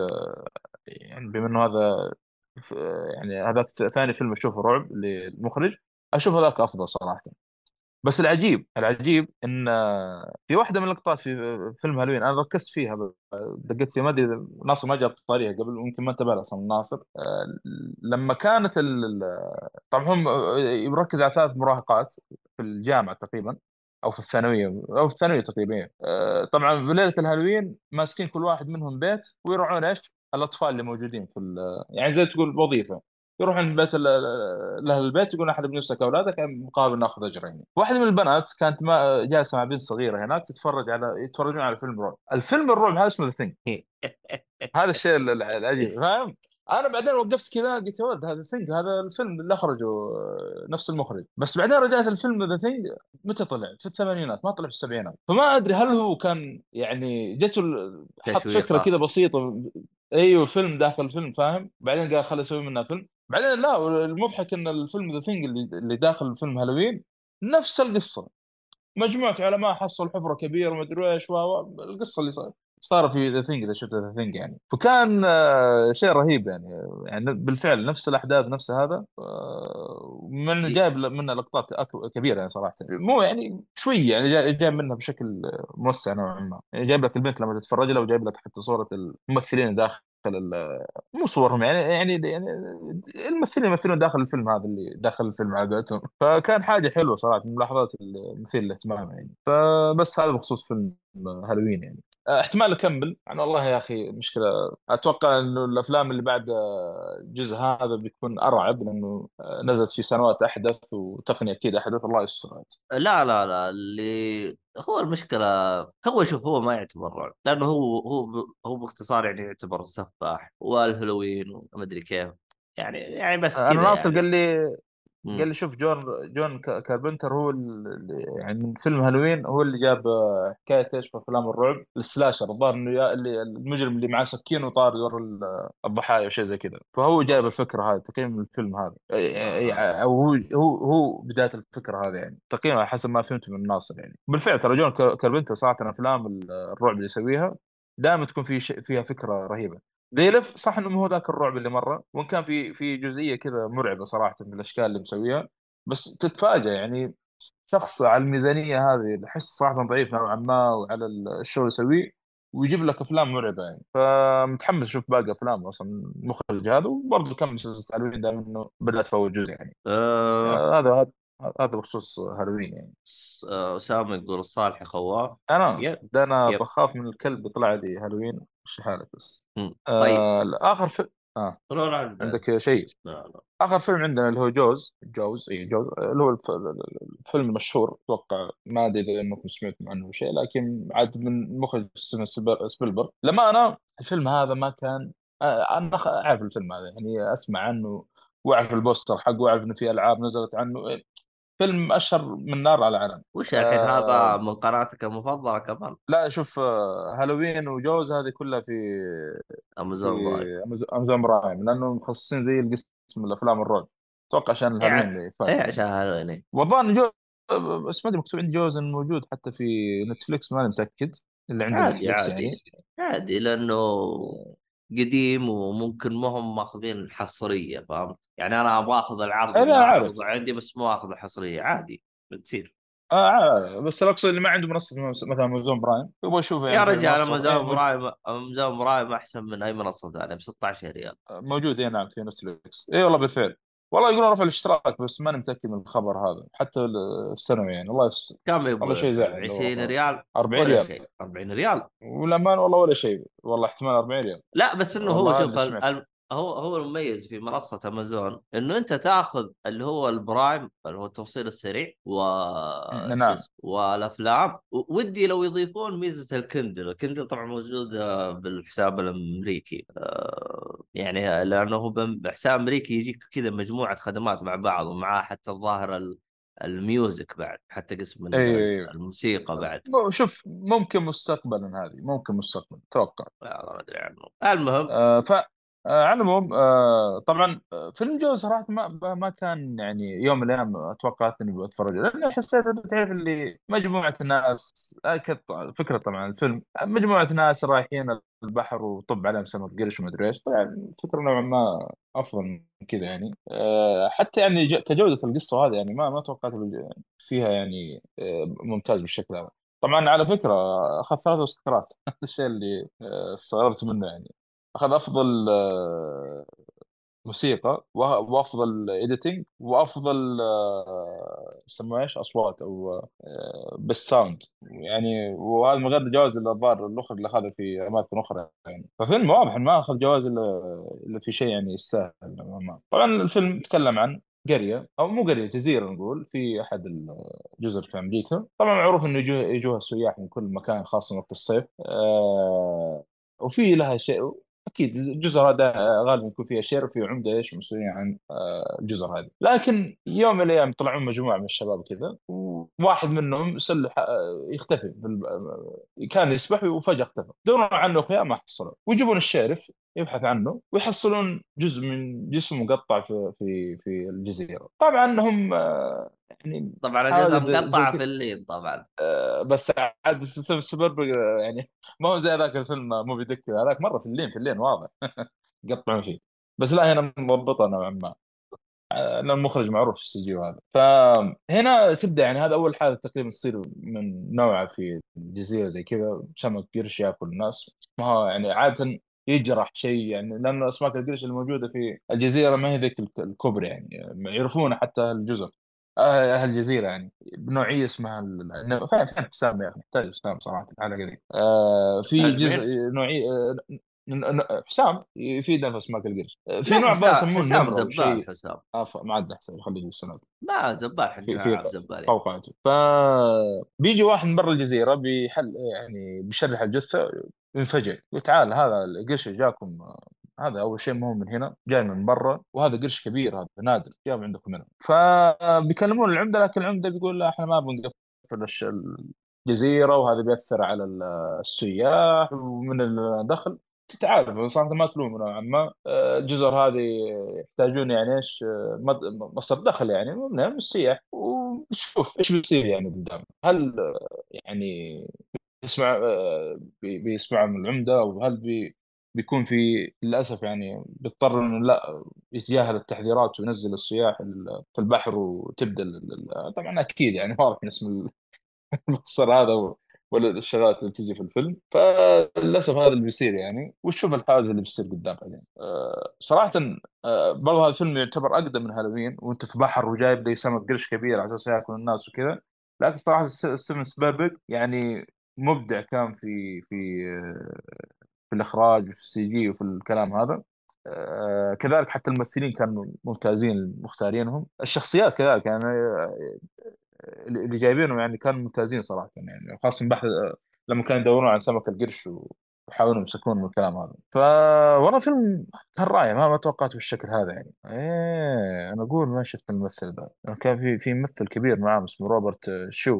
يعني بما انه هذا ف- يعني هذاك ثاني فيلم اشوفه رعب للمخرج، اشوف هذاك افضل صراحه. بس العجيب ان في واحده من اللقطات في فيلم هالوين انا ركزت فيها دققت فيها، ما ادري إذا ناصر ما جاب طاريها قبل، ممكن ما انتبه لها اصلا ناصر. لما كانت طبعا هم يركز على ثلاث مراهقات في الجامعه تقريبا او في الثانويه او في الثانويه تقريبا. طبعا في ليله الهالوين ماسكين كل واحد منهم بيت ويرعون ايش الاطفال اللي موجودين في يعني زي تقول وظيفه. يروحون بيت لاهل البيت يقول احد بنفسك اولادك مقابل ناخذ اجر يعني. واحده من البنات كانت ما جالسه مع بنت صغيره هناك يتفرجون على فيلم رعب. الفيلم الرعب هذا اسمه ذا ثينج. هذا الشيء العجيب فاهم. انا بعدين وقفت كذا قلت يا ولد هذا ثينج، هذا الفيلم اللي اخرجه نفس المخرج. بس بعدين رجعت الفيلم ذا ثينج متى طلع؟ في الثمانينات ما طلع في السبعينات. فما ادري هل هو كان يعني جته حط فكره تشويقه. كذا بسيطه. ايوه فيلم داخل الفيلم فاهم، بعدين قال خل اسوي منه فيلم. بعدين لا المضحك ان الفيلم ذا ثينج اللي داخل فيلم هالوين نفس القصه، مجموعة علماء حصلوا حفرة كبيرة وما ادري ايش القصة اللي صار في ذا ثينج اذا شفت ذا ثينج يعني. فكان شيء رهيب يعني. يعني بالفعل نفس الاحداث نفس هذا من جايب منها لقطات كبيرة يعني صراحة، مو يعني شوية يعني جايب منها بشكل موسع نوعا ما يعني. جايب لك البنت لما تتفرج لها وجايب لك حتى صورة الممثلين داخل مو صورهم يعني الممثلين يمثلون داخل الفيلم هذا اللي داخل الفيلم على قولتهم. فكان حاجه حلوه صراحه من الملاحظات المثيره للاهتمام يعني. فبس هذا بخصوص فيلم هالوين يعني. احتمال اكمل يعني والله يا اخي مشكله. اتوقع انه الافلام اللي بعد الجزء هذا بيكون ارعب لانه نزلت في سنوات احدث وتقنيه اكيد احدث الله يستر عاد. لا اللي هو المشكله، هو شوف هو ما يعتبر رعب لانه هو باختصار يعني يعتبر سفاح والهالوين وما ادري كيف. يعني بس انا كذا ناصر قال يعني. لي قال لي شوف جون كاربنتر هو يعني من فيلم هالوين هو اللي جاب حكايه ايش في افلام الرعب السلاشر، الظاهر انه اللي المجرم اللي معاه سكين وطار يور الضحايا وشيء زي كذا، فهو جايب الفكره هذه تقييم الفيلم هذا او هو بدايه الفكره هذه يعني تقييمها حسب ما فهمت من ناصر يعني. بالفعل ترى جون كاربنتر صراحه افلام الرعب اللي يسويها دائما تكون في فيها فكره رهيبه. ذيلف صح انه مو هو ذاك الرعب اللي مره، وان كان في جزئيه كذا مرعبه صراحه من الاشكال اللي مسويها، بس تتفاجأ يعني شخص على الميزانيه هذه احس صراحه ضعيف نوعا ما وعلى الشغل اللي يسويه، ويجيب لك افلام مرعبه يعني. فمتحمس اشوف باقي افلام اصلا المخرج هذا، وبرضه كم سلسله هالوين دام انه بدات في اول جزء يعني. أه... هذا بخصوص هالوين يعني. أسامة يقول الصالح خواف. يب. انا يب. بخاف من الكلب يطلع لي هالوين، ايش حالك بس. طيب. اخر قولوا عن البيت. عندك شيء. لا لا. اخر فيلم عندنا اللي هو جوز اللي هو الفيلم المشهور، اتوقع ما ادري اذا انكم سمعتم عنه شيء، لكن عاد من مخرج اسمه سبيلبرغ. لما انا الفيلم هذا ما كان انا اعرف الفيلم هذا يعني اسمع عنه، واعرف البوستر حقه، واعرف انه في العاب نزلت عنه. فيلم اشهر من نار على علم. وش الحين هذا من قناتك المفضلة كمان؟ لا شوف هالوين وجوز هذه كلها في أمازون برايم. امازون برايم، لانه مخصصين زي القسم الافلام الرعب، اتوقع عشان الهالوين إيه. اللي إيه فات يعني. عشان هذا. والظاهر جو بس ما ادري مكتوب عندي جوز انه موجود حتى في نتفليكس، ماني متاكد، اللي عنده عادي نتفليكس عادي. يعني. عادي لأنه قديم، وممكن ما هم ماخذين حصرية، فهمت يعني؟ أنا أبغى أخذ العرض اللي انا عارف. أعرضه عندي، بس مو أخذ حصرية، عادي بتصير. بس الاقصد اللي ما عنده منصه مثلا امازون برايم يبغى يشوفه يا يعني في رجال المنصه أمازون برايم، أمازون برايم أحسن من أي منصة ثانية ب 16 ريال. موجود هنا نعم في نتفليكس، اي والله بالفعل. والله يقولون رفع الاشتراك بس ماني متاكد من الخبر هذا، حتى السنوي يعني الله كم والله يبغوا شيء يرفع؟ زعل لو 20 رفع. ريال 40 ولا ريال شيء؟ 40 ريال. ولا مان والله ولا شيء، والله احتمال 40 ريال. لا بس انه هو والله هذا اللي شوف سمعته. هو المميز في منصة امازون انه انت تاخذ اللي هو البرايم اللي هو التوصيل السريع شو نعم. اسمه والافلام، ودي لو يضيفون ميزة الكندل طبعا موجودة بالحساب الامريكي، يعني لانه هو بحساب امريكي يجيك كذا مجموعة خدمات مع بعض، ومعاه حتى الظاهر الميوزك بعد، حتى قسم اي الموسيقى بعد. شوف ممكن مستقبلا، هذه ممكن مستقبلا اتوقع. ما ادري عنه. المهم. ف على العموم طبعا فيلم جو صراحه ما كان يعني يوم من الايام توقعت اني بتفرج، لاني حسيت انه تعرف اللي مجموعه ناس كانت فكره طبعا الفيلم مجموعه ناس رايحين البحر وطب عليهم سمك قرش وما ادري ايش، طبعا فكره نوعا ما افضل من كذا يعني. حتى يعني كجوده القصه هذه يعني ما توقعت فيها يعني ممتاز بالشكل هذا. طبعا على فكره اخذ 3 اوسكارات هذا الشيء اللي استغربت منه يعني. اخذ افضل موسيقى وافضل ايديتنج وافضل يسموها ايش اصوات او بس ساوند يعني. وهذا من غير الجوائز اللي الظاهر المخرج اللي اخذها في اماكن اخرى يعني. ففيلم واضح إنه ما اخذ جوائز الا في شيء يعني يستاهل نوعاً ما. طبعا الفيلم يتكلم عن قريه او مو قريه، جزيره نقول في احد الجزر في امريكا. طبعا معروف انه يجوها السياح من كل مكان خاصه وقت الصيف. وفي لها شيء اكيد الجزر هذا غالبا يكون فيها شير وفي عمده ايش مسؤولين عن الجزر هذه. لكن يوم من الايام يطلعون مجموعه من الشباب كذا، وواحد منهم سلح يختفي كان يسبح وفجاه اختفى، دوروا عنه اخويا ما حصلوا، ويجيبون الشارف يبحث عنه ويحصلون جزء من جسمه مقطع في الجزيره. طبعا هم يعني طبعا الجزء عادة زي مقطعة في كذا. اللين طبعا. بس عاد سبب يعني ما هو زي ذاك الفيلم موبي ديك، هذاك مره في اللين واضح يقطعون فيه. بس لا هنا مضبطه نوعا ما لان المخرج معروف في السي جي وهذا. فهنا تبدا يعني هذا اول حاله تقريبا تصير من نوعها في الجزيره زي كذا، سمك قرش ياكل الناس. ما هو يعني عاده يجرح شيء يعني، لان اسماك القرش الموجوده في الجزيره ما هي ذيك الكبرى يعني، يعرفون حتى الجزر اهل الجزيره يعني بنوعيه اسمها فين حسام يا اخي، نحتاج حسام صراحه في الحلقه دي. في تحتاج جزء مين؟ نوعيه حسام يفيدنا في اسماك القرش. في لا، نوع بقى حسام يسمونه حسام النمر او زبال شيء. حسام. ما عاد حساب خليه السنه ما زبال حقين في العاب زبالين. قوقعته. بيجي واحد من برا الجزيره بيحل يعني بيشرح الجثه، ينفجئ، تعال هذا القرش جاكم هذا اول شيء مهم من هنا، جاي من برا، وهذا قرش كبير، هذا نادر جاب عندكم هنا. فبيكلمون العمده، لكن العمده بيقول لا احنا ما بنقفل الجزيره، وهذا بيأثر على السياح ومن الدخل. تعرف صراحه ما تلوم نوعا ما، الجزر هذه يحتاجون يعني ايش، مصدر دخل يعني من السياح. وشوف ايش بيصير يعني قدام، هل يعني يسمع بيسمع من العمدة، أو هل بيكون في، للأسف يعني بيضطر إنه لا يتجاهل التحذيرات وينزل السياح في البحر، وتبدأ طبعا أكيد يعني واضح من اسم المختصر هذا ولا الشغلات اللي بتيجي في الفيلم. فللأسف هذا اللي بيصير يعني، وتشوف الحوادث اللي بتصير قدام بعدين. صراحة برضه هذا الفيلم يعتبر أقدم من هالوين، وأنت في بحر وجايب لي سمك قرش كبير على أساس ياكل الناس وكذا. لكن صراحة ستيفن سبيلبرغ يعني مبدع كان في في الإخراج وفي السي جي وفي الكلام هذا. كذلك حتى الممثلين كانوا ممتازين مختارينهم، الشخصيات كذلك يعني، اللي جايبينهم يعني كانوا ممتازين صراحة يعني، خاصة بحث لما كانوا يدورون على سمك القرش ويحاولون يمسكون من الكلام هذا. والله فيلم كان رائع، ما توقعته بالشكل هذا يعني. ايه انا اقول ما شفت الممثل ذا، كان في ممثل كبير معاه اسمه روبرت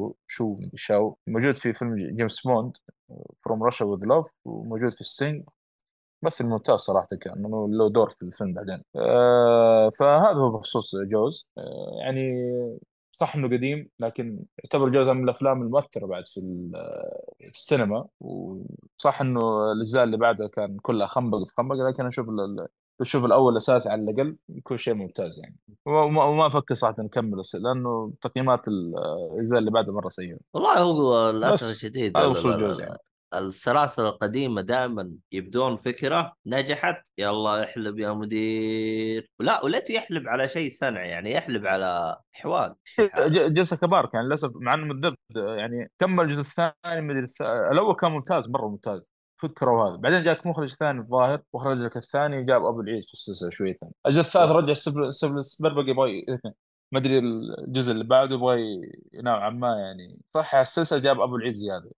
شاو موجود في فيلم جيمس بوند فروم راشا وذ لاف، وموجود في السينج. ممثل ممتاز صراحة، كان انه له دور في الفيلم بعدين. فهذا هو بخصوص جوز. يعني صح انه قديم، لكن يعتبر جزء من الافلام المؤثره بعد في السينما. وصح انه الاجزاء اللي بعدها كان كلها خنبق في خنبق، لكن اشوف اشوف الاول اساسي على الاقل يكون شيء ممتاز يعني. وما افكر صراحه نكمل لانه تقييمات الاجزاء اللي بعدها مره سيئه. والله هو للاسف بس الشديد هذا بخصوص جوز يعني. السلاسل القديمة دائما يبدون فكرة نجحت، يلا احلب يا مدير، لا وليت يحلب على شيء صنع، يعني يحلب على حواق الشحاتة. جيسيكا بارك يعني للاسف، مع انه مذبذب يعني، كمل الجزء الثاني مدري الاول كان ممتاز مره ممتاز فكره، وهذا بعدين جاك مخرج ثاني الظاهر، واخرج لك الثاني، جاب ابو العيد في السلسله شويه ثاني. الجزء الثالث رجع سبلبق يبغى ما ادري الجزء اللي بعده يبغى نوعا ما يعني صح السلسله، جاب ابو العيد زياده.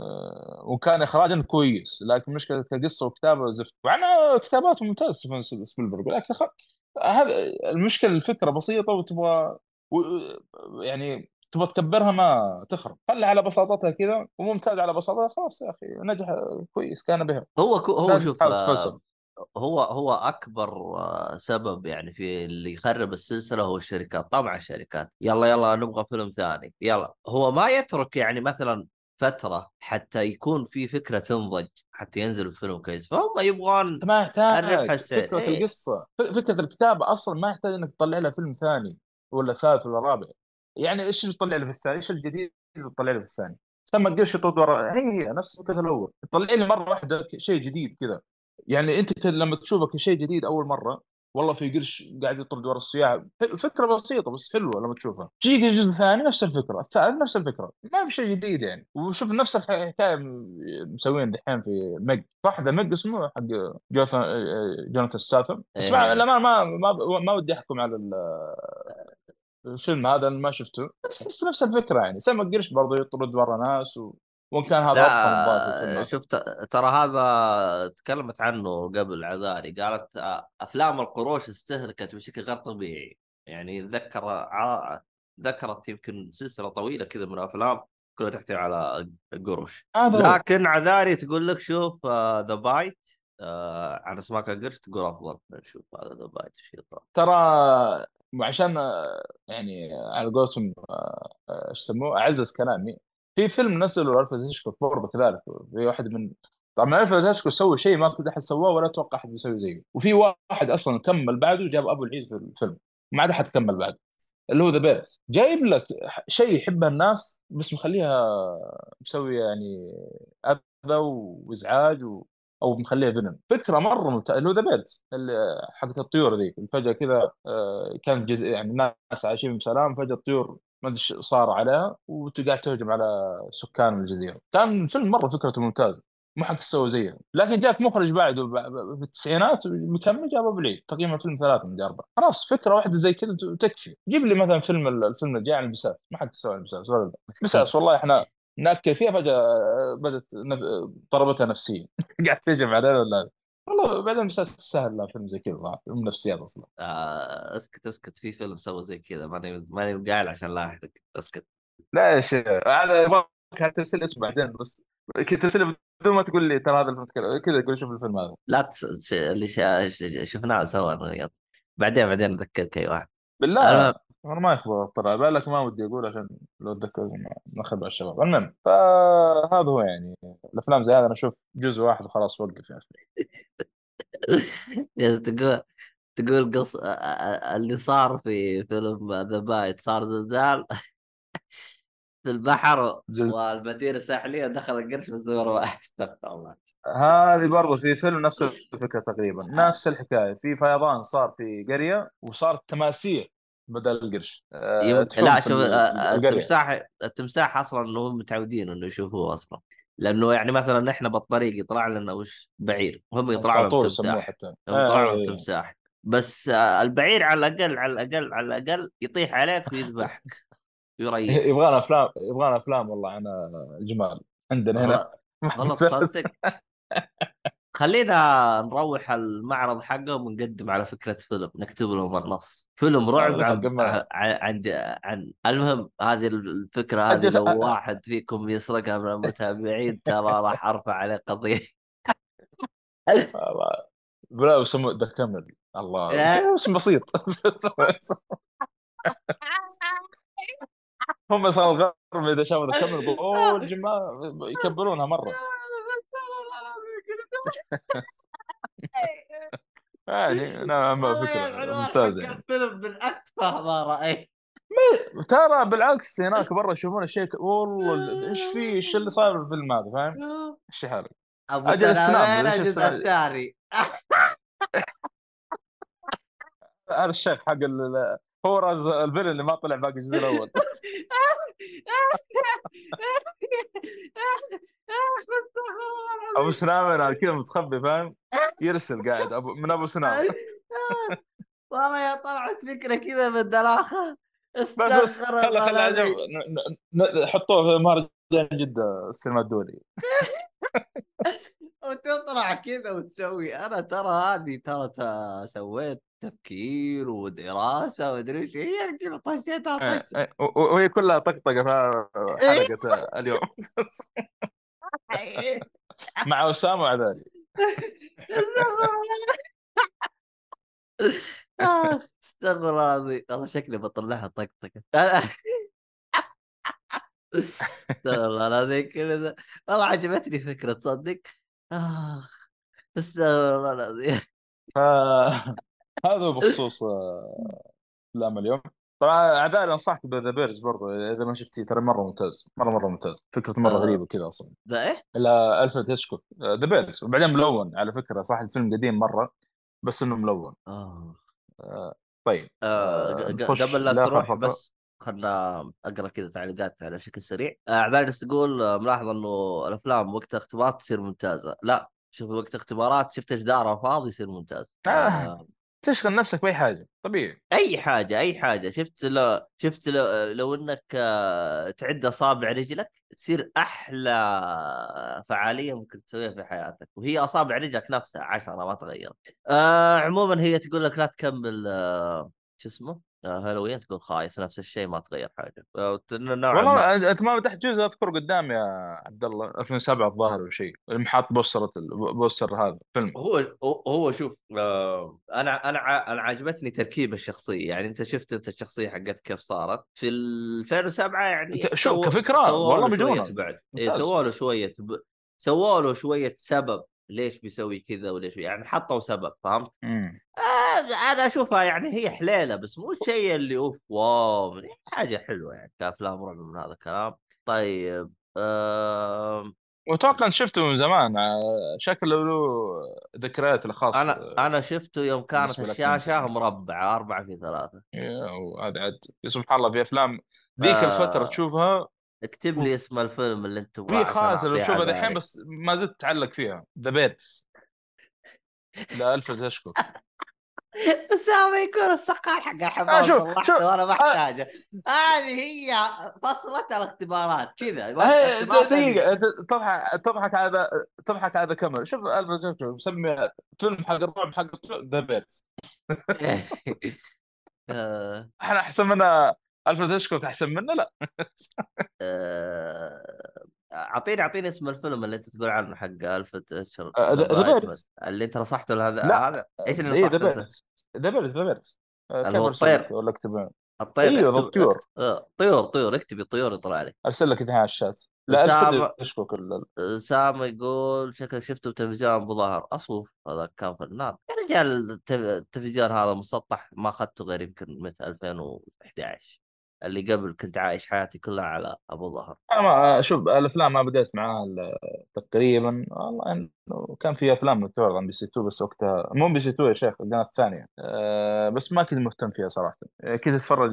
وكان اخراجا كويس، لكن مشكله كقصه وكتابه زفت، مع انه كتاباته ممتازه سبلبرغ، لكن هذا المشكله، الفكره بسيطه وتبغى و... يعني تبغى تكبرها ما تخرب، خلها على بساطتها كذا وممتاز على بساطتها، خلاص يا اخي نجح كويس كان بها. هو لازم شوف، تحاول تفلسف. هو اكبر سبب يعني في اللي يخرب السلسله هو الشركات، طبعا الشركات يلا يلا نبغى فيلم ثاني يلا، هو ما يترك يعني مثلا فتره حتى يكون في فكره تنضج حتى ينزل الفيلم كويس، فهم يبغون ما الربح يحتاج السريع. فكره ايه القصه، فكره الكتابه اصلا ما يحتاج انك تطلع لها فيلم ثاني ولا ثالث ولا رابع. يعني ايش اللي تطلع لي في الثاني؟ ايش الجديد اللي تطلع لي في الثاني؟ ثم قرش يطود ورا، هي نفس فكره الاول، تطلع لي مره واحده شيء جديد كذا. يعني انت لما تشوفه كشيء جديد اول مره، والله في قرش قاعد يطرد ورا السياح، فكره بسيطه بس حلوه، لما تشوفها تجيك الجزء الثاني نفس الفكره، الثالث نفس الفكره، ما في شيء جديد يعني. وشوف نفس الحكايه مسوين دحين في مج، صح ذا مج اسمه حق جوناثان ستاثام. بس ايه ما ودي احكم على الفيلم هذا، أنا ما شفته، بس احس نفس الفكره يعني، سمك قرش برضه يطرد ورا ناس وان كان هذا ابطا الظاهر في الفيلم لا هذا. شفت، ترى هذا تكلمت عنه قبل عذاري، قالت افلام القروش استهلكت بشكل غير طبيعي. يعني ذكرت يمكن سلسله طويله كذا من الافلام كلها تحتوي على قروش. هذا هو. لكن عذاري تقول لك شوف ذا بايت عن اسماك القرش، تقول افضل. نشوف هذا ذا بايت الشيطان. ترى عشان يعني على قولتهم ايش يسموه، اعزز كلامي، في فيلم نزله الفريد هيتشكوك برضه كذلك، في واحد من، طبعا الفريد هيتشكوك سوى شيء ما كنت احد سواه ولا اتوقع احد بيسوي زيه، وفي واحد اصلا كمل بعده جاب ابو العيد في الفيلم، ما عاد احد كمل بعده، اللي هو ذا بيرث، جايب لك شيء يحبه الناس بس مخليها مسوي يعني اذى وازعاج او مخليها فيلم، فكره مره ممتازه، اللي هو ذا بيرث اللي حقت الطيور ذي، فجاه كذا كان جزء يعني الناس عايشين بسلام، فجاه الطيور ما ادري إيش صار عليها وقاعد تهجم على سكان الجزيره. كان فيلم مره فكرته ممتازه، ما حد سوى زيه. لكن جاك مخرج بعده في التسعينات مكمل، جاب ابو العيد تقييم الفيلم 3 من 4. خلاص فكره واحده زي كذا تكفي. جيب لي مثلا الفيلم اللي جاي عن البساس، ما حد سوى البساس ولا البساس، والله احنا ناكل فيها، فجاه بدت ضربتها نفسيا قاعد تهجم علينا ولا والله بعدين مش تستاهل لا فيلم زي كذا صراحه، من نفسيات اصلا. اسكت اسكت، في فيلم سوى زي كذا، ماني قايل عشان لا احرق. اسكت. لا يا شيخ انا يبغاك ترسل اسمه بعدين بس، كذا ترسله بدون ما تقول لي ترى هذا الفيلم كذا قول شوف الفيلم هذا. لا اللي شفناه سوا أنا وياك. بعدين اذكرك اي واحد. المهم. بالله انا ما يخبر طلع بالك، ما ودي اقول عشان لو اتذكر نخبر على الشباب. المهم فهذا هو يعني، الافلام زي هذا انا اشوف جزء واحد وخلاص وقف يا اخي. تقول اللي صار في فيلم ذا بايت، صار زلزال في البحر جزء. والمدينة الساحلية دخل القرش في الزمر واحد. استغفر الله. هذه برضه في فيلم نفس الفكره تقريبا، نفس الحكايه، في فيضان صار في قريه وصارت تماسيح بدل القرش تحوم لا في شوف، القريه. التمساح اصلا انه هم متعودين انه يشوفوه اصلا. لانه يعني مثلا احنا بالطريق يطلع لنا وش بعير، هم يطلع لهم امبراطور يسموه تمساح. حتى هم يطلع لهم تمساح. بس البعير على الاقل يطيح عليك ويذبحك ويريحك. يبغانا افلام والله عن الجمال عندنا هنا. والله. والله تصدق. خلينا نروح المعرض حقهم ونقدم على فكرة فيلم، نكتب لهم النص فيلم رعب الحق ما عن المهم هذه الفكرة هذه، حقت لو واحد فيكم يسرقها من المتابعين ترى راح ارفع عليه قضية. الله. بلا يسموه ذا كامل، الله اسم بسيط. هم صاروا الغرب اذا شافوا ذا كامل يقول اوه الجماعه يكبرونها مره. يعني نعم والله يا فكره العنوان ممتازه حق يعني. الفيلم من اتفه ما رأيت. ترى بالعكس هناك برا يشوفون الشيء والله ايش في، ايش اللي صاير في الفيلم هذا فاهم؟ ايش حالك؟ ابو اجل السناب سلامين ايش الجزء السناب. الثاني. هذا الشيخ حق هو الفيلم اللي ما طلع باقي الجزء الاول. ابو سناب انا كذا متخبي فاهم، يرسل قاعد من ابو سناب. والله يا طلعت فكرة كذا من الدلاخة. بس استغفر خله الله خله عجب العظيم. حطوه في مهرجان جده السينما الدولي. وتطلع كذا وتسوي، انا ترى هذه ترى سويت تفكير ودراسة ومدري ايش هي كذا طشيتها طش. وهي كلها طقطقه في إيه؟ حلقه اليوم. مع اسامه وعذاري. استغفر الله. استغفر الله العظيم، والله شكلي بطلعها طقطقة. استغفر الله العظيم كذا. والله عجبتني فكرة تصدق. آخ. استغفر الله العظيم. فهذا هو بخصوص افلام اليوم. طبعا عذاري انصحك بذا بيرز برضو اذا ما شفتيه، ترى مره ممتاز، مره ممتاز، فكرته مره آه، غريبه كذا اصلا. ذا ايه؟ لا الفريد هيتشكوك ذا بيرز، وبعدين ملون على فكره، صح الفيلم قديم مره بس انه ملون. آه. آه، طيب نخش قبل لا لاخر تروح فقره. بس خلنا اقرا كذا تعليقات على شكل سريع. اعذار تقول ملاحظ انه الافلام وقت اختبارات تصير ممتازه. لا شوف، وقت اختبارات شفت ايش داره فاضي يصير ممتاز. آه تشغل نفسك باي حاجه طبيعي. اي حاجه اي حاجه. شفت لو انك تعد اصابع رجلك تصير احلى فعاليه ممكن تسويها في حياتك، وهي اصابع رجلك نفسها 10 ما تغير. عموما هي تقول لك لا تكمل شو اسمه هالوين، تقول خايس نفس الشيء ما تغير حاجه نوعا ما. والله انت ما فتحت جزء اذكر قدام يا عبد الله 2007 الظاهر او شيء، المحط بوستر بوستر هذا فيلم. هو شوف، انا عجبتني تركيب الشخصيه. يعني انت شفت انت الشخصيه حقتك كيف صارت في 2007، يعني شو كفكره سووا والله له شويه مجنونه، بعد ايه، ممتاز. سووا له شويه سبب ليش بيسوي كذا وليش يعني حطوا سبب، فهمت؟ امم انا اشوفها يعني هي حليله، بس مو الشيء اللي اوف واو، حاجه حلوه يعني كافلام رعب من هذا الكلام. طيب واتوقع انت شفته من زمان شكله له ذكريات الخاص انا شفته يوم كانت بالنسبه لك انت الشاشه يعني. مربعه 4 في 3. وهذا عاد سبحان الله في افلام ذيك الفتره آه... تشوفها. اكتب لي اسم الفيلم اللي انت تبغاه وفي عشان خاصه لو اعطيه تشوفها دحين عذاري. بس ما زلت تعلق فيها، ذا بيتس، لا الفريد هيتشكوك. اسامه يكون السقال حق الحمام شوف صلحته وانا آه محتاجه. هذه هي فصلة الاختبارات كذا وقت هي اختبارات هذه. دقيقة، تضحك هذا كمل. شوف ألفا، شوف مسمي فيلم حق الرعب حق ذا بيرز. آه، احنا احسن منا؟ الفريد هيتشكوك احسن منا؟ لا. اعطيني اسم الفيلم اللي انت تقول عنه حق الفت اشهر ذا نايتمر بيرز. اللي انت نصحته لهذا لا، هذا ايش اللي ايه ذا نصحته انت؟ بيرز. ذا بيرز اللي كيف هو ارسل لك الطير. ولا اكتب؟ الطير ايوه ذا اكتب الطيور. طيور اكتبي طيور يطلع لي. ارسل لك اثنين على الشات. لا الفريد اسامه هيتشكوك سام يقول شكلك شفته بتلفزيون ابو ظهر اصوف هذا كان فنان يا رجال. التلفزيون هذا مسطح ما اخذته غير يمكن متى 2011. اللي قبل كنت عايش حياتي كلها على ابو ظهر. انا ما اشوف الافلام، ما بديت معاه تقريبا والله انه كان في افلام تعرض عن بي سي 2 بس وقتها، مو بي سي 2 يا شيخ، القناه الثانيه. بس ما كنت مهتم فيها صراحه. كنت اتفرج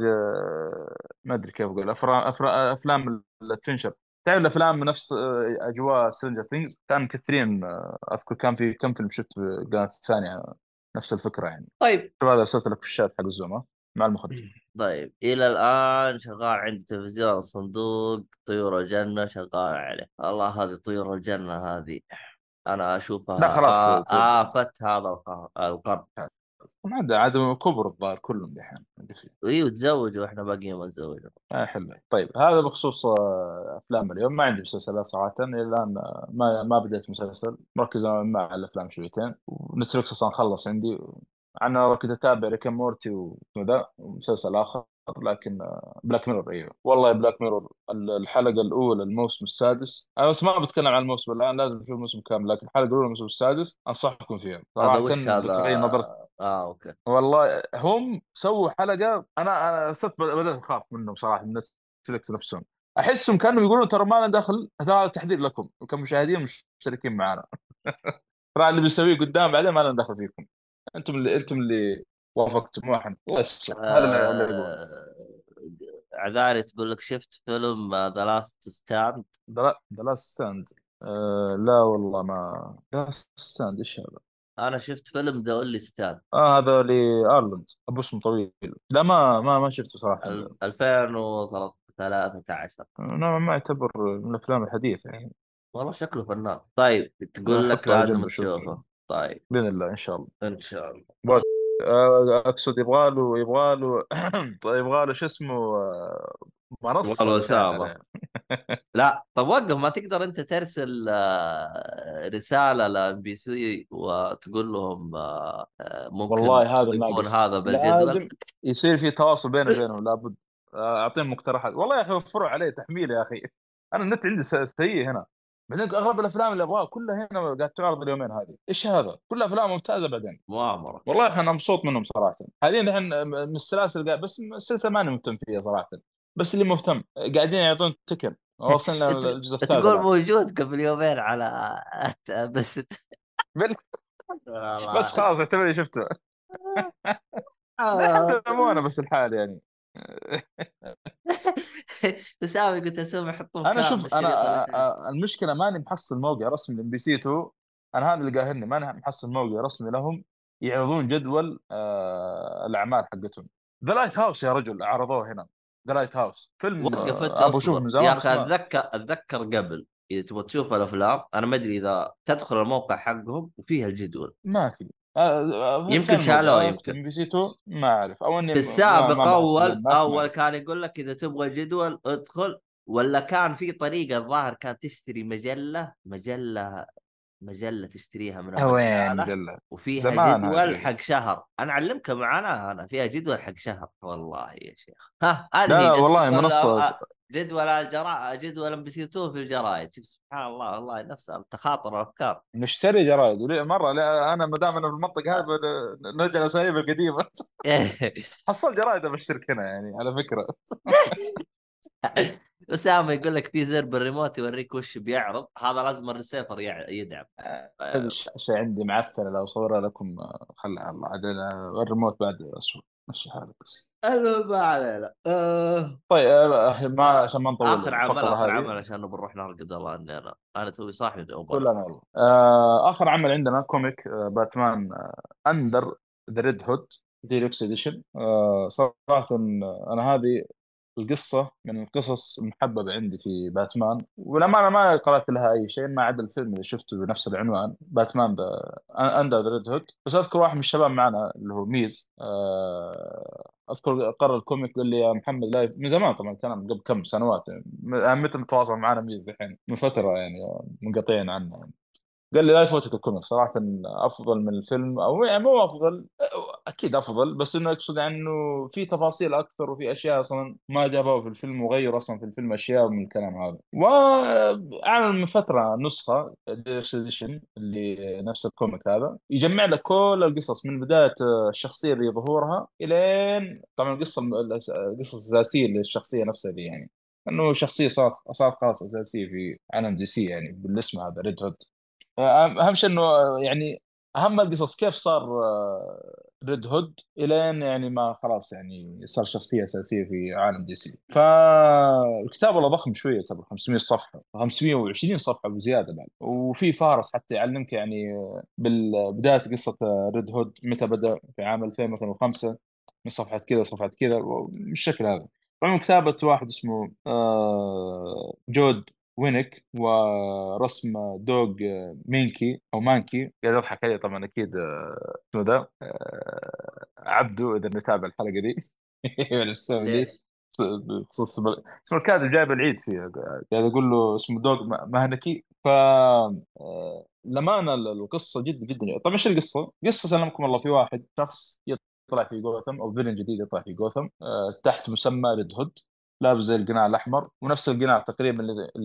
ما ادري كيف اقول، افلام الادفنشر. تعرف الافلام نفس اجواء سترينجر ثينجز، كان كثيرين. اذكر كان في كم فيلم شفت في القناه الثانيه نفس الفكره يعني. طيب. شوف هذا ارسلت لك في الشات حق الزوم مع المخرج. طيب الى الان شغال عندي تلفزيون صندوق طيور الجنه شغال عليه. الله هذه طيور الجنه هذه انا لا اشوفها خلاص آفة هذا القرن. ما عاد كبر الظاهر كلهم دحين. ايوه تزوجوا واحنا باقيين ما تزوجوا. حلو. طيب هذا بخصوص افلام اليوم. ما عندي مسلسلات صراحه الى الان. ما بديت مسلسل، مركز مع الافلام شويتين، ونتفلكس اصلا خلص عندي. انا كنت اتابع ريكن مورتي وذا ومسلسل اخر، لكن بلاك ميرور. ايوه والله بلاك ميرور الحلقه الاولى الموسم السادس. انا بس ما بتكلم عن الموسم الان، لازم اشوف الموسم كامل، لكن الحلقه الاولى الموسم السادس انصحكم فيها هذا صراحه. وش هذا؟ بتغير نظرة. اوكي. والله هم سووا حلقه، انا صرت بدات اخاف منهم صراحه، من نتفلكس نفسهم. احسهم كانوا يقولون ترى ما لنا دخل، ترى هذا تحذير لكم كمشاهدين مشتركين معنا. ترى اللي بيسويه قدام بعدين ما لنا دخل فيكم. انتم اللي وافقتم، مو احنا. الله يستر، هذا اللي يقولون. آه... عذاري تقول لك شفت فيلم ذا لاست ستاند. ذا لاست ستاند. لا والله ما ذا لاست ستاند ايش هذا؟ انا شفت فيلم ذا اونلي ستاند هذا لارلند ابو اسمه طويل. لا ما شفته صراحه. 2013. نوعا ما يعتبر من الافلام الحديثه يعني. والله شكله فنان. طيب تقول لك احطه على لازم جنب اشوف. تشوفه. طيب باذن الله ان شاء الله. ان شاء الله. يبغى- اقصد يبغى له طيب يبغى له شو اسمه منصه والله يشتغل اسامه. عليها. لا طب وقف ما تقدر انت ترسل رساله لام بي سي وتقول لهم ممكن والله هذا تضيفون الناقص، هذا بالجدول. لازم يصير في تواصل بيني وبينهم لابد. اعطيهم مقترحات والله يا اخي، وفروا علي تحميل يا اخي. انا النت عندي سيء هنا. بعدين اغلب الافلام اللي ابغاها كلها هنا قاعد تعرض اليومين هذه. ايش هذا؟ كلها افلام ممتازه بعدين. مؤامره. والله يا اخي انا مبسوط منهم صراحه. حاليا الحين من السلاسل بس السلسله ماني مهتم فيها صراحه. بس اللي مهتم قاعدين يعطون تكن، وصلنا ت- الجزء الثالث تقول الان. موجود قبل يومين على بس. بل- بس والله. خلاص اعتبرني شفته. لا حتى مو انا بس الحال يعني. اسامه قلت اسامه يحطون انا كام شوف، انا الشريط اللي تبي. المشكله ماني محصل موقع رسمي لام بي سي 2. انا هذا اللي قاهرني، ماني محصل موقع رسمي لهم يعرضون جدول الاعمال حقتهم. ذا لايت هاوس يا رجل عرضوه هنا. ذا لايت هاوس فيلم وقف انت ابو اشوف اصبر من يا زمان اخي. بس ما. اتذكر قبل اذا تبغى تشوف الافلام انا ما ادري اذا تدخل الموقع حقهم وفيها الجدول. ما في. يمكن فين شالوه الموقع؟ اكتب يمكن. ام بي سي 2 ما اعرف، او اني في ما السابق بحثت زين، لكن ما اول في. كان يقول لك اذا تبغى جدول ادخل. ولا كان في طريقه الظاهر كان تشتري مجله تشتريها من وين البقاله مجله؟ وفيها زمان جدول هذه. حق شهر. انا اعلمك معناها انا فيها جدول حق شهر والله يا شيخ. ها هذه لا هي لا بس والله جدول منصه. جدول ام بي سي 2 في الجرايد. شوف سبحان الله والله نفس تخاطر الافكار. نشتري جرايد مره. لا انا ما دام انا في المنطقه هذه نرجع لاساليب القديمه. حصل جرايد بشترك هنا يعني على فكره. اسامه يقول لك في زر بالريموت يوريك وش بيعرض هذا لازم الريسيفر يدعم. هذه الشاشه عندي معفنه، لو صورها لكم خلها الله عاد. الريموت بعد اسوء. ماشي حالك بس. ما علينا. طيب ما عشان ما نطول الفقره اخر هذه. عمل عشان بنروح نرقد. الله اني انا توي صاحي دوبنا. كلنا والله. اخر عمل عندنا كوميك باتمان اندر ذا ريد هود ديلوكس اديشن. صراحه انا هذه القصة من القصص المحببة عندي في باتمان، ولما أنا ما قرأت لها أي شيء ما عدا الفيلم اللي شفته بنفس العنوان، باتمان ذا أندر ذا ريد هود. بس أذكر واحد من الشباب معنا اللي هو ميز، أذكر قرأ الكوميك قال لي يا محمد لا، من زمان طبعا كان قبل كم سنوات يعني، متى متواصل معنا ميز دحين من فترة يعني، منقطعين عنه يعني. قال لي لا يفوتك الكوميك صراحة، أفضل من الفيلم، أو يعني مو أفضل، أكيد أفضل، بس إنه أقصد يعني إنه في تفاصيل أكثر وفي أشياء أصلا ما جابوها في الفيلم، وغير أصلا في الفيلم أشياء من الكلام هذا. وأعلن من فترة نسخة اديشن اللي نفس الكوميك هذا، يجمع لك كل القصص من بداية الشخصية اللي ظهورها إلين طبعا القصص الأساسية للشخصية نفسها دي يعني، انه شخصيه صارت خلاص اساسيه في عالم دي سي يعني بالاسم هذا ريد هود. اهم شيء انه يعني اهم القصص كيف صار ريد هود الين يعني ما خلاص يعني صار شخصيه اساسيه في عالم دي سي. فالكتاب والله ضخم شويه، تبع 500 صفحه، 520 صفحه وزياده بعد، وفي فارس حتى يعلمك يعني بالبدايه قصه ريد هود متى بدا في عام 2005، من صفحه كذا صفحه كذا بالشكل هذا. طبعا كتابة واحد اسمه جود وينك، ورسم دوغ مينكي او مانكي، قاعد اضحك عليه طبعا اكيد، اسمه ذا عبده اذا نتابع الحلقه دي ولا السنه دي، ليش؟ بخصوص اسمه الكاتب جايب العيد فيه، قاعد اقول له اسمه دوغ مهنكي. ف لمانة القصة جدا جدا، طبعا ايش القصة؟ قصة سلمكم الله، في واحد شخص يطلع في جوثم، او فيلن جديد يطلع في جوثم تحت مسمى ريد هود، لابس زي القناع الاحمر، ونفس القناع تقريبا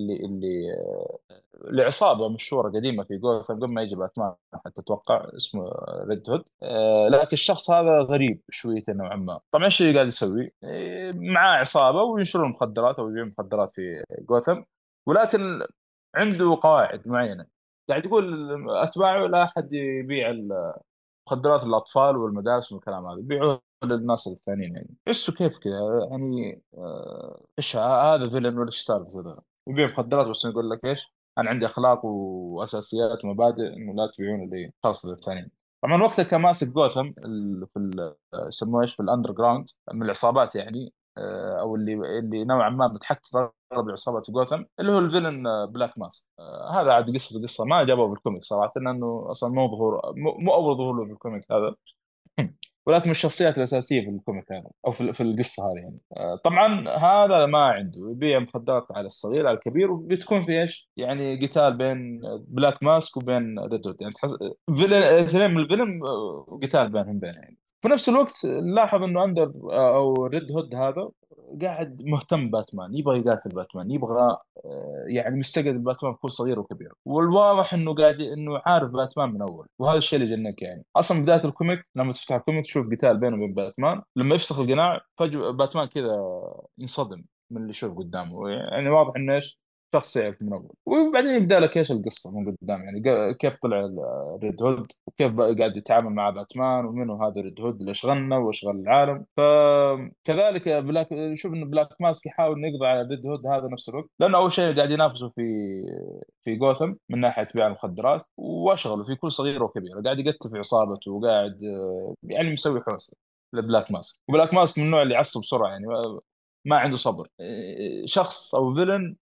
لعصابه مشهوره قديمه في جوثم قبل ما يجي باتمان حتى اتوقع، اسمه ريد هود. لكن الشخص هذا غريب شويتين نوعا ما. طبعا ايش اللي قاعد يسوي؟ معاه عصابه وينشرون مخدرات او يبيعون مخدرات في جوثم، ولكن عنده قواعد معينه، قاعد يقول اتباعه لا احد يبيع مخدرات الاطفال والمدارس والكلام هذا، يبيعوها للناس الثانيين يعني. تحسه كيف كذا يعني، ايش هذا فيلن ولا ايش سالفه ذا؟ يبيع مخدرات بس يقول لك ايش، انا عندي اخلاق واساسيات ومبادئ انه لا تبيعون اللي خاص للثانيين. طبعا وقتها كان ماسك جوثم في يسموه ايش، في الاندر جراوند من العصابات يعني، او اللي نوعا ما متحكم في اغلب العصابات في جوثم، اللي هو الفيلن بلاك ماسك. هذا عاد قصة ما جابوه بالكوميك صراحة، لأنه أصلا مو ظهور، مو أول ظهور له بالكوميك هذا ولكن من الشخصيات الأساسية في الكوميك هذا أو في القصة هذه يعني. طبعا هذا ما عنده، يبيع مخدرات على الصغير على الكبير، وبتكون في إيش يعني قتال بين بلاك ماسك وبين ريد هود يعني، تحس فيلن اثنين من الفيلم، وقتال بينهم يعني. في نفس الوقت نلاحظ انه اندر او ريد هود هذا قاعد مهتم باتمان، يبغى يقاتل باتمان، يبغى يعني مستقعد باتمان يكون صغير وكبير، والواضح انه قاعد انه عارف باتمان من اول، وهذا الشيء اللي جنك يعني. اصلا بدايه الكوميك لما تفتح الكوميك تشوف قتال بينه وبين باتمان، لما يفسخ القناع فجأة باتمان كذا ينصدم من اللي يشوف قدامه، يعني واضح انه ايش، شخص يعرف من اول. وبعدين يبدا لك ايش القصه من قدام يعني، كيف طلع ريد هود، وكيف بقى قاعد يتعامل مع باتمان، ومنه هذا ريد هود، ليش غنى وايش غنى العالم. فكذلك بلاك، شوف انه بلاك ماسك يحاول انه يقضي على ريد هود هذا نفس الوقت، لانه اول شيء قاعد ينافسه في جوثم من ناحيه بيع المخدرات، واشغله في كل صغيره وكبيره، قاعد يقتل في عصابته، وقاعد يعني مسوي حوسه لبلاك ماسك. وبلاك ماسك من النوع اللي يعصب بسرعه يعني، ما عنده صبر، شخص او فيلن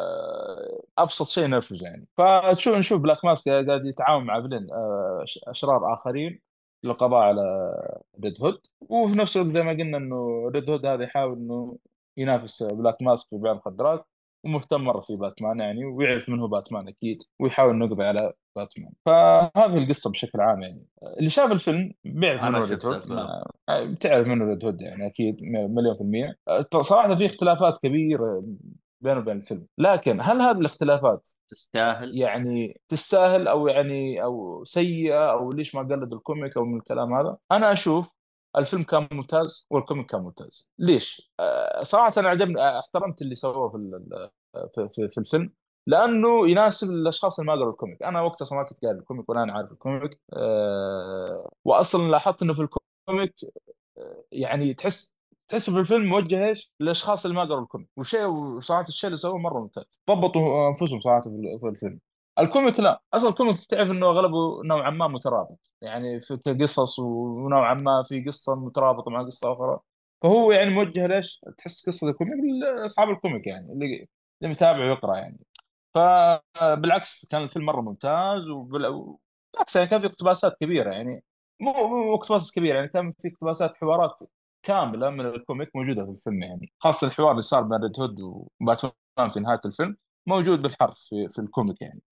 ابسط شيء ينرفزه يعني. فتشوف نشوف بلاك ماسك قاعد يتعاون مع فيلن اشرار اخرين للقضاء على ريد هود، وفي نفس الوقت زي ما قلنا انه ريد هود هذا يحاول انه ينافس بلاك ماسك في بيع المخدرات، ومهتم مره في باتمان يعني، ويعرف من هو باتمان اكيد، ويحاول انه يقضي على باتمان. فهذه القصه بشكل عام يعني. اللي شاف الفيلم بيعرف انا منه ريد شفت هود، الفيلم. ما بتعرف منه ريد هود يعني اكيد، مليون في المية. صراحة في اختلافات كبيرة بينه وبين الفيلم، لكن هل هذه الاختلافات تستاهل. يعني تستاهل، او يعني او سيئة، او ليش ما قلد الكوميك او من الكلام هذا؟ انا اشوف الفيلم كان ممتاز والكوميك كان ممتاز. ليش؟ صراحة انا عجبني، احترمت اللي سووه في الفيلم، لانه يناسب الاشخاص اللي ما قروا الكوميك. انا وقتها أصلاً ما كنت قاري الكوميك ولا انا عارف الكوميك، واصلا لاحظت انه في الكوميك يعني تحس في الفيلم موجه ايش للاشخاص اللي ما قروا الكوميك، وشيء وصراحه الشيء اللي سووه مره ممتاز، ضبطوا انفسهم صراحه في الفيلم. الكوميك لا، اصلا الكوميك تعرف انه اغلبه نوعا ما مترابط يعني في كقصص، ونوعا ما في قصه مترابطه مع قصه اخرى. فهو يعني موجه ليش تحس قصه الكوميك لاصحاب الكوميك يعني، اللي متابع ويقرا يعني. فبالعكس كان الفيلم مره ممتاز، بالعكس يعني كان في اقتباسات كبيره يعني، مو اقتباسات كبيره يعني، كان في اقتباسات حوارات كامله من الكوميك موجوده في الفيلم يعني، خاصه الحوار اللي صار بين ريد هود وباتمان في نهايه الفيلم موجود بالحرف في الكوميك يعني.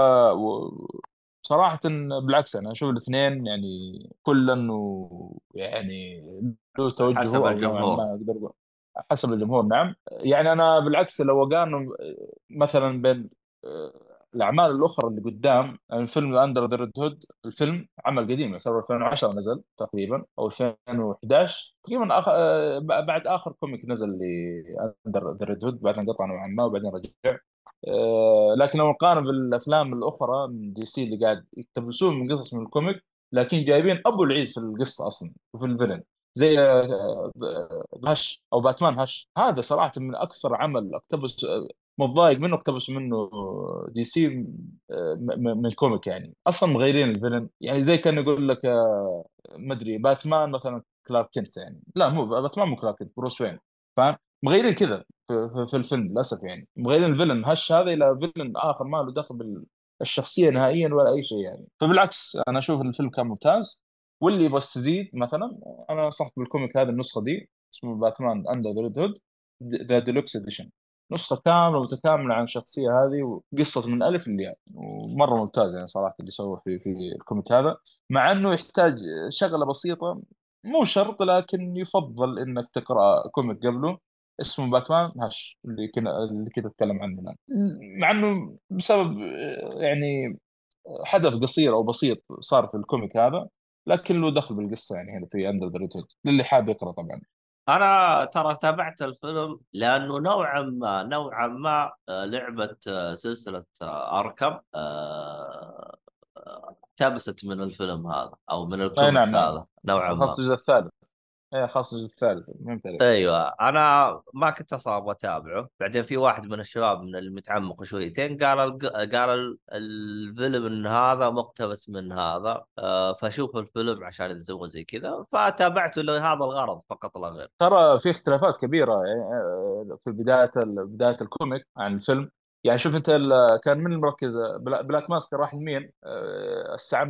صراحة بالعكس أنا أشوف الاثنين يعني كل إنه يعني له توجهه، حسب أو نوعا الجمهور. ما أقدر أقول حسب الجمهور. نعم يعني أنا بالعكس لو أقارن مثلا بين الأعمال الأخرى اللي قدام، يعني فيلم أندر ذا ريد هود الفيلم عمل قديم يعتبر 2010 نزل تقريبا أو 2011 تقريبا، بعد آخر كوميك نزل لأندر ذا ريد هود، بعدين قطع نوعا ما وبعدين رجع. لكن لو نقارن بالافلام الاخرى من دي سي اللي قاعد يقتبسون من قصص من الكوميك، لكن جايبين ابو العيد في القصه اصلا وفي الفيلن، زي هش او باتمان هش، هذا صراحه من اكثر عمل اقتبس متضايق منه اقتبس منه دي سي من الكوميك يعني. اصلا مغيرين الفيلن يعني، زي كان يقول لك ما ادري باتمان مثلا كلارك كنت يعني، لا مو باتمان مو كلارك كنت، بروس وين، فاهم؟ مغيرين كذا في الفيلم للاسف يعني، مغيرين الفيلن هش هذا الى فيلن اخر ما له دخل بالشخصيه نهائيا ولا اي شيء يعني. فبالعكس انا اشوف ان الفيلم كان ممتاز. واللي بس تزيد مثلا، انا نصحت بالكوميك هذه النسخه دي اسمه باتمان اندر ذا ريد هود ذا ديلوكس اديشن، نسخه كامله متكامله عن الشخصيه هذه وقصه من الف للياء، ومره ممتاز يعني صراحه اللي سووه في الكوميك هذا. مع انه يحتاج شغله بسيطه، مو شرط لكن يفضل انك تقرا كوميك قبله اسمه باتمان هش اللي كنت اتكلم عنه الان، مع انه بسبب يعني حدث قصير او بسيط صار في الكوميك هذا، لكن له دخل بالقصه يعني هنا في اندر ذا ريد هود للي حاب يقرا طبعا. انا ترى تابعت الفيلم لانه نوعا ما لعبه سلسله اركم اقتبست من الفيلم هذا او من اي نعم الكوميك نعم، هذا نوعا خاص ما. الجزء الثالث. اي خاص الجزء الثالث، فهمت عليك. ايوه انا ما كنت اصاب اتابعه، بعدين في واحد من الشباب من المتعمق شويتين قال الفيلم ان هذا مقتبس من هذا، فشوف الفيلم عشان يسوي زي كذا، فتابعته لهذا الغرض فقط لا غير. ترى في اختلافات كبيرة يعني في بداية الكوميك عن الفيلم. يعني شوف انت كان من المركز بلاك ماسك راح لمين؟ استعان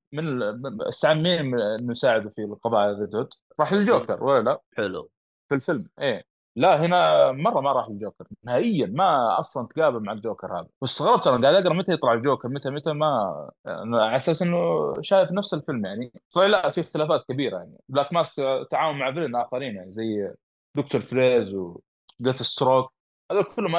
استعان مين انه يساعده في القضاء على ذا دوت؟ راح للجوكر ولا لا؟ حلو. في الفيلم ايه. لا هنا مرة ما راح للجوكر نهائيا، ما اصلا تقابل مع الجوكر هذا. واستغربت انا قاعد اقرا متى يطلع الجوكر، متى ما على اساس انه شايف نفس الفيلم يعني. طلع لا في اختلافات كبيره يعني، بلاك ماسك تعاون مع فيلن اخرين يعني زي دكتور فريز وديث ستروك، هذول كلهم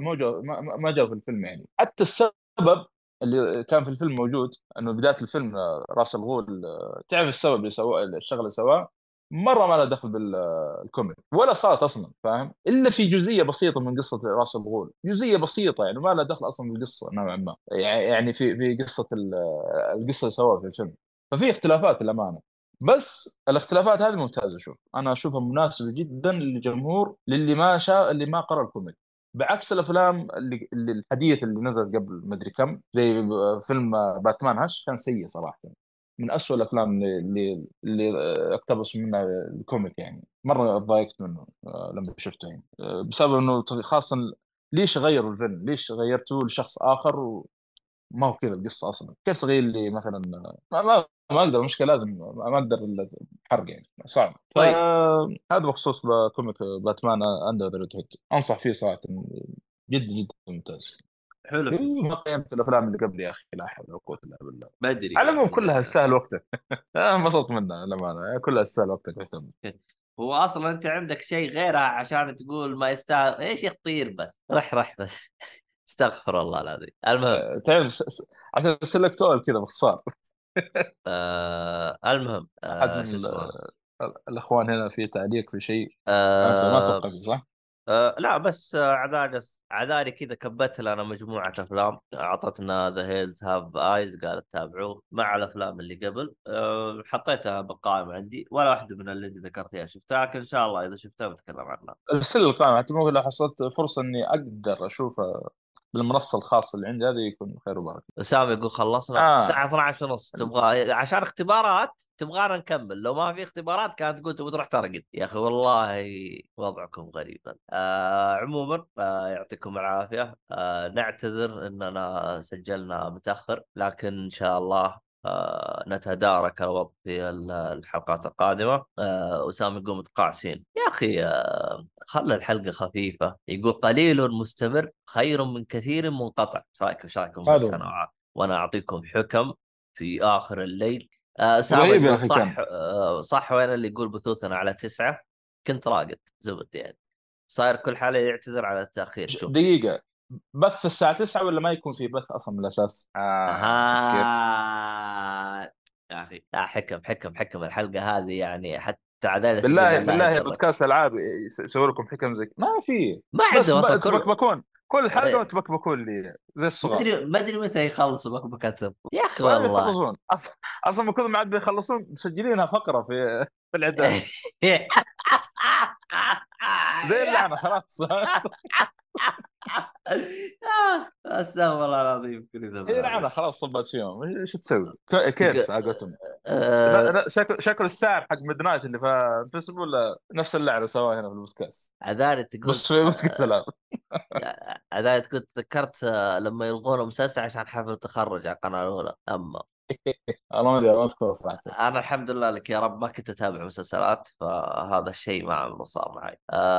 ما جاوا في الفيلم يعني. حتى السبب اللي كان في الفيلم موجود انه بدايه الفيلم راس الغول تعرف السبب اللي سواه الشغله اللي سواه، مره ما له دخل بالكوميك ولا صارت اصلا، فاهم؟ الا في جزئيه بسيطه من قصه راس الغول، جزئيه بسيطه يعني ما لها دخل اصلا بالقصه نوعا ما يعني في قصه القصه اللي سواها في الفيلم. ففي اختلافات الامانه، بس الاختلافات هذه ممتازه. شوف انا اشوفها مناسبه جدا للجمهور، للي ما شاء اللي ما قرأ الكوميك، بعكس الافلام اللي الحديث اللي نزل قبل مدري كم زي فيلم باتمان هش كان سيء صراحه، من أسوأ الافلام اللي اقتبسوا منها الكوميك يعني. مره ضايقت منه لما شفته يعني بسبب انه خاصه ليش غيروا الفيلم؟ ليش غيرتوه لشخص اخر وما هو كذا القصه اصلا؟ كيف تغير لي مثلا ما اقدر، مشكله لازم ما اقدر إلا حرق يعني صعب. طيب فهذا بخصوص كوميك باتمان اندر ذا ريد هيد، انصح فيه صراحه، جدا جدا ممتاز. حلو حلو. ما قيمت الافلام اللي قبل يا اخي، لا حول ولا قوه الا بالله. بدري على يا العموم كلها اخي. تستاهل وقتك. انبسطت منها للامانه، كلها تستاهل وقتك مهتم. هو اصلا انت عندك شيء غيرها عشان تقول ما يستاهل ايش يخطير، بس رح بس. استغفر الله العظيم. المهم تعرف عشان السلكتور كذا باختصار. المهم احد شو من اسمه. الاخوان هنا في تعليق في شيء، ما آه اتوقع فيه صح؟ لا بس عذاري كذا كبت لنا مجموعة أفلام أعطتنا ذا هيلز هاف آيز، قالت تابعوه مع الأفلام اللي قبل. حطيتها بالقائمة عندي، ولا واحدة من اللي أنت ذكرتيها شفتها، لكن إن شاء الله إذا شفتها بتكلم عنها. ارسل القائمه، حتى ممكن لو حصلت فرصه اني اقدر اشوفها بالمنصه الخاصه اللي عندي هذه يكون خير وبركه. أسامة يقول خلصنا اه الساعة 12 ونص، تبغى عشان اختبارات تبغانا نكمل؟ لو ما في اختبارات كانت تقول تبغى تروح ترقد يا أخي، والله وضعكم غريبا. عموما يعطيكم العافية. نعتذر أننا سجلنا متأخر، لكن إن شاء الله نتدارك الوضع في الحلقات القادمة. أسامة يقول متقاعسين يا أخي، خلى الحلقة خفيفة. يقول قليل مستمر خير من كثير منقطع. ايش رايكم في هذا هو. الصناعة؟ وانا اعطيكم حكم في اخر الليل. سامة رهيب يا يقول اخي كان. صح. صح، وين اللي يقول بثوثنا على 9؟ كنت راقد زبد يعني. صاير كل حالة يعتذر على التأخير. شوف، دقيقه، بث الساعه 9 ولا ما يكون في بث اصلا من الاساس؟ شفت كيف؟ يا اخي لا، حكم الحلقة هذه يعني، حتى عدالة سجل بالله بالله بالله يضرك. بودكاست العاب يسوي لكم حكم زي ما في. ما بس عندهم اصلا كل. تبكبكون كل حلقه وتبكبكون لي زي الصغار. ما ادري متى يخلصوا بكبكتهم يا اخي ولا والله. يخلصون اصلا من كثر ما عاد بيخلصون مسجلينها فقره في الاعداد زي اللعنه خلاص. استغفر الله العظيم، كل ذنب هي هذا. لعنه خلاص صبت فيهم، ايش تسوي؟ كيرس يق- على قولتهم. آه، شكل الساعر حق ميد نايت اللي في الفيسبوك، ولا نفس اللعنه سواها هنا في البودكاست؟ عذاري تقول بس في بودكاست العاب. عذاري تقول تذكرت لما يلغون مسلسل عشان حفل التخرج على القناة الأولى. أما والله ما ادري، ما اذكر صراحه. أنا الحمد لله لك يا رب ما كنت أتابع مسلسلات، فهذا الشيء ما عمره صار معي.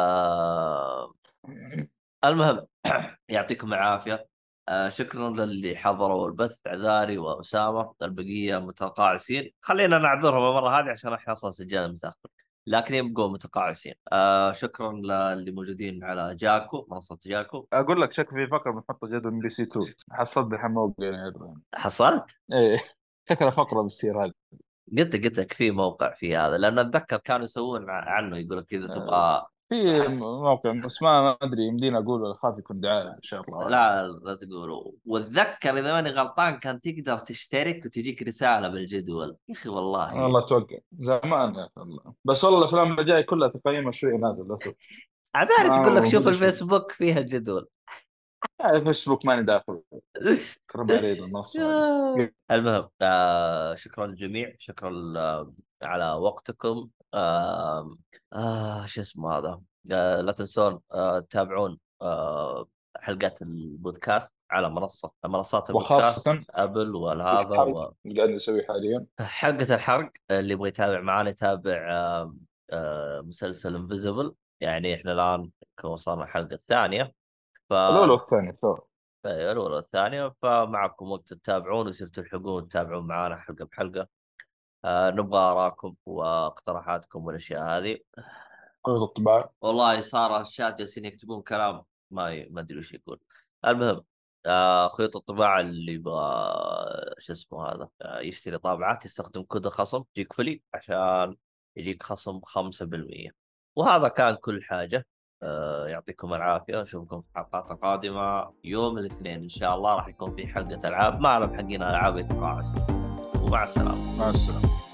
المهم يعطيكم العافية. شكرا للي حضروا البث، عذاري وأسامة، البقية متقاعسين. خلينا نعذرهم المرة هذه عشان احنا أصلا سجلنا متأخر، لكن يبقوا متقاعسين. شكرا للي موجودين على جاكو، منصة جاكو. اقول لك شكل في فقره بنحط جدول ام بي سي 2، حصلت دحين موقع يعني. حصلت؟ ايه شكلها فقره بتصير هذه. قلت لك في موقع في هذا، لأن أتذكر كانوا يسوون عنه، يقول لك إذا تبغى في حق. موقع بس ما ادري يمدينا اقول ولا خاف يكون دعايه ان شاء الله اعلم. لا لا تقولوا. واتذكر اذا ماني غلطان كان تقدر تشترك وتجيك رساله بالجدول يا اخي والله. والله اتوقع زمان يا اخي والله، بس والله الافلام اللي جاي كلها تقييمها شوي نازل للاسف. عذاري ما تقول لك شوف موجوده شوي. الفيسبوك فيها الجدول. يعني فيسبوك ماني داخل، كرم علي المنصه هذه. المهم شكرا للجميع، شكرا على وقتكم. شو اسمه هذا. لا تنسون تتابعون حلقات البودكاست على منصات البودكاست، وخاصه ابل والهذا. الحرق اللي قاعد نسويه حاليا. حلقة الحرق اللي يبغى يتابع معانا يتابع مسلسل انفيزبل. يعني احنا الان وصلنا الحلقة الثانية. ف الاولى والثانيه سوا. أيوة، الأولى والثانية، فمعكم وقت تتابعون ويصير تلحقون تتابعون معانا حلقة بحلقة. نبغى آراءكم واقتراحاتكم والأشياء هذه. قوة الطباعه. والله صار الشات جالسين يكتبون كلام ما أدري وش يقول. المهم خيوط الطباعة اللي يبغى شو اسمه هذا يشتري طابعات يستخدم كود الخصم يجيك فلي عشان يجيك خصم 5%. وهذا كان كل حاجة. يعطيكم العافية، نشوفكم في الحلقات القادمة يوم الاثنين إن شاء الله. راح يكون في حلقة ألعاب، ما أعلم حقين ألعاب يتقاعسوا. ومع السلامة. مع السلامه.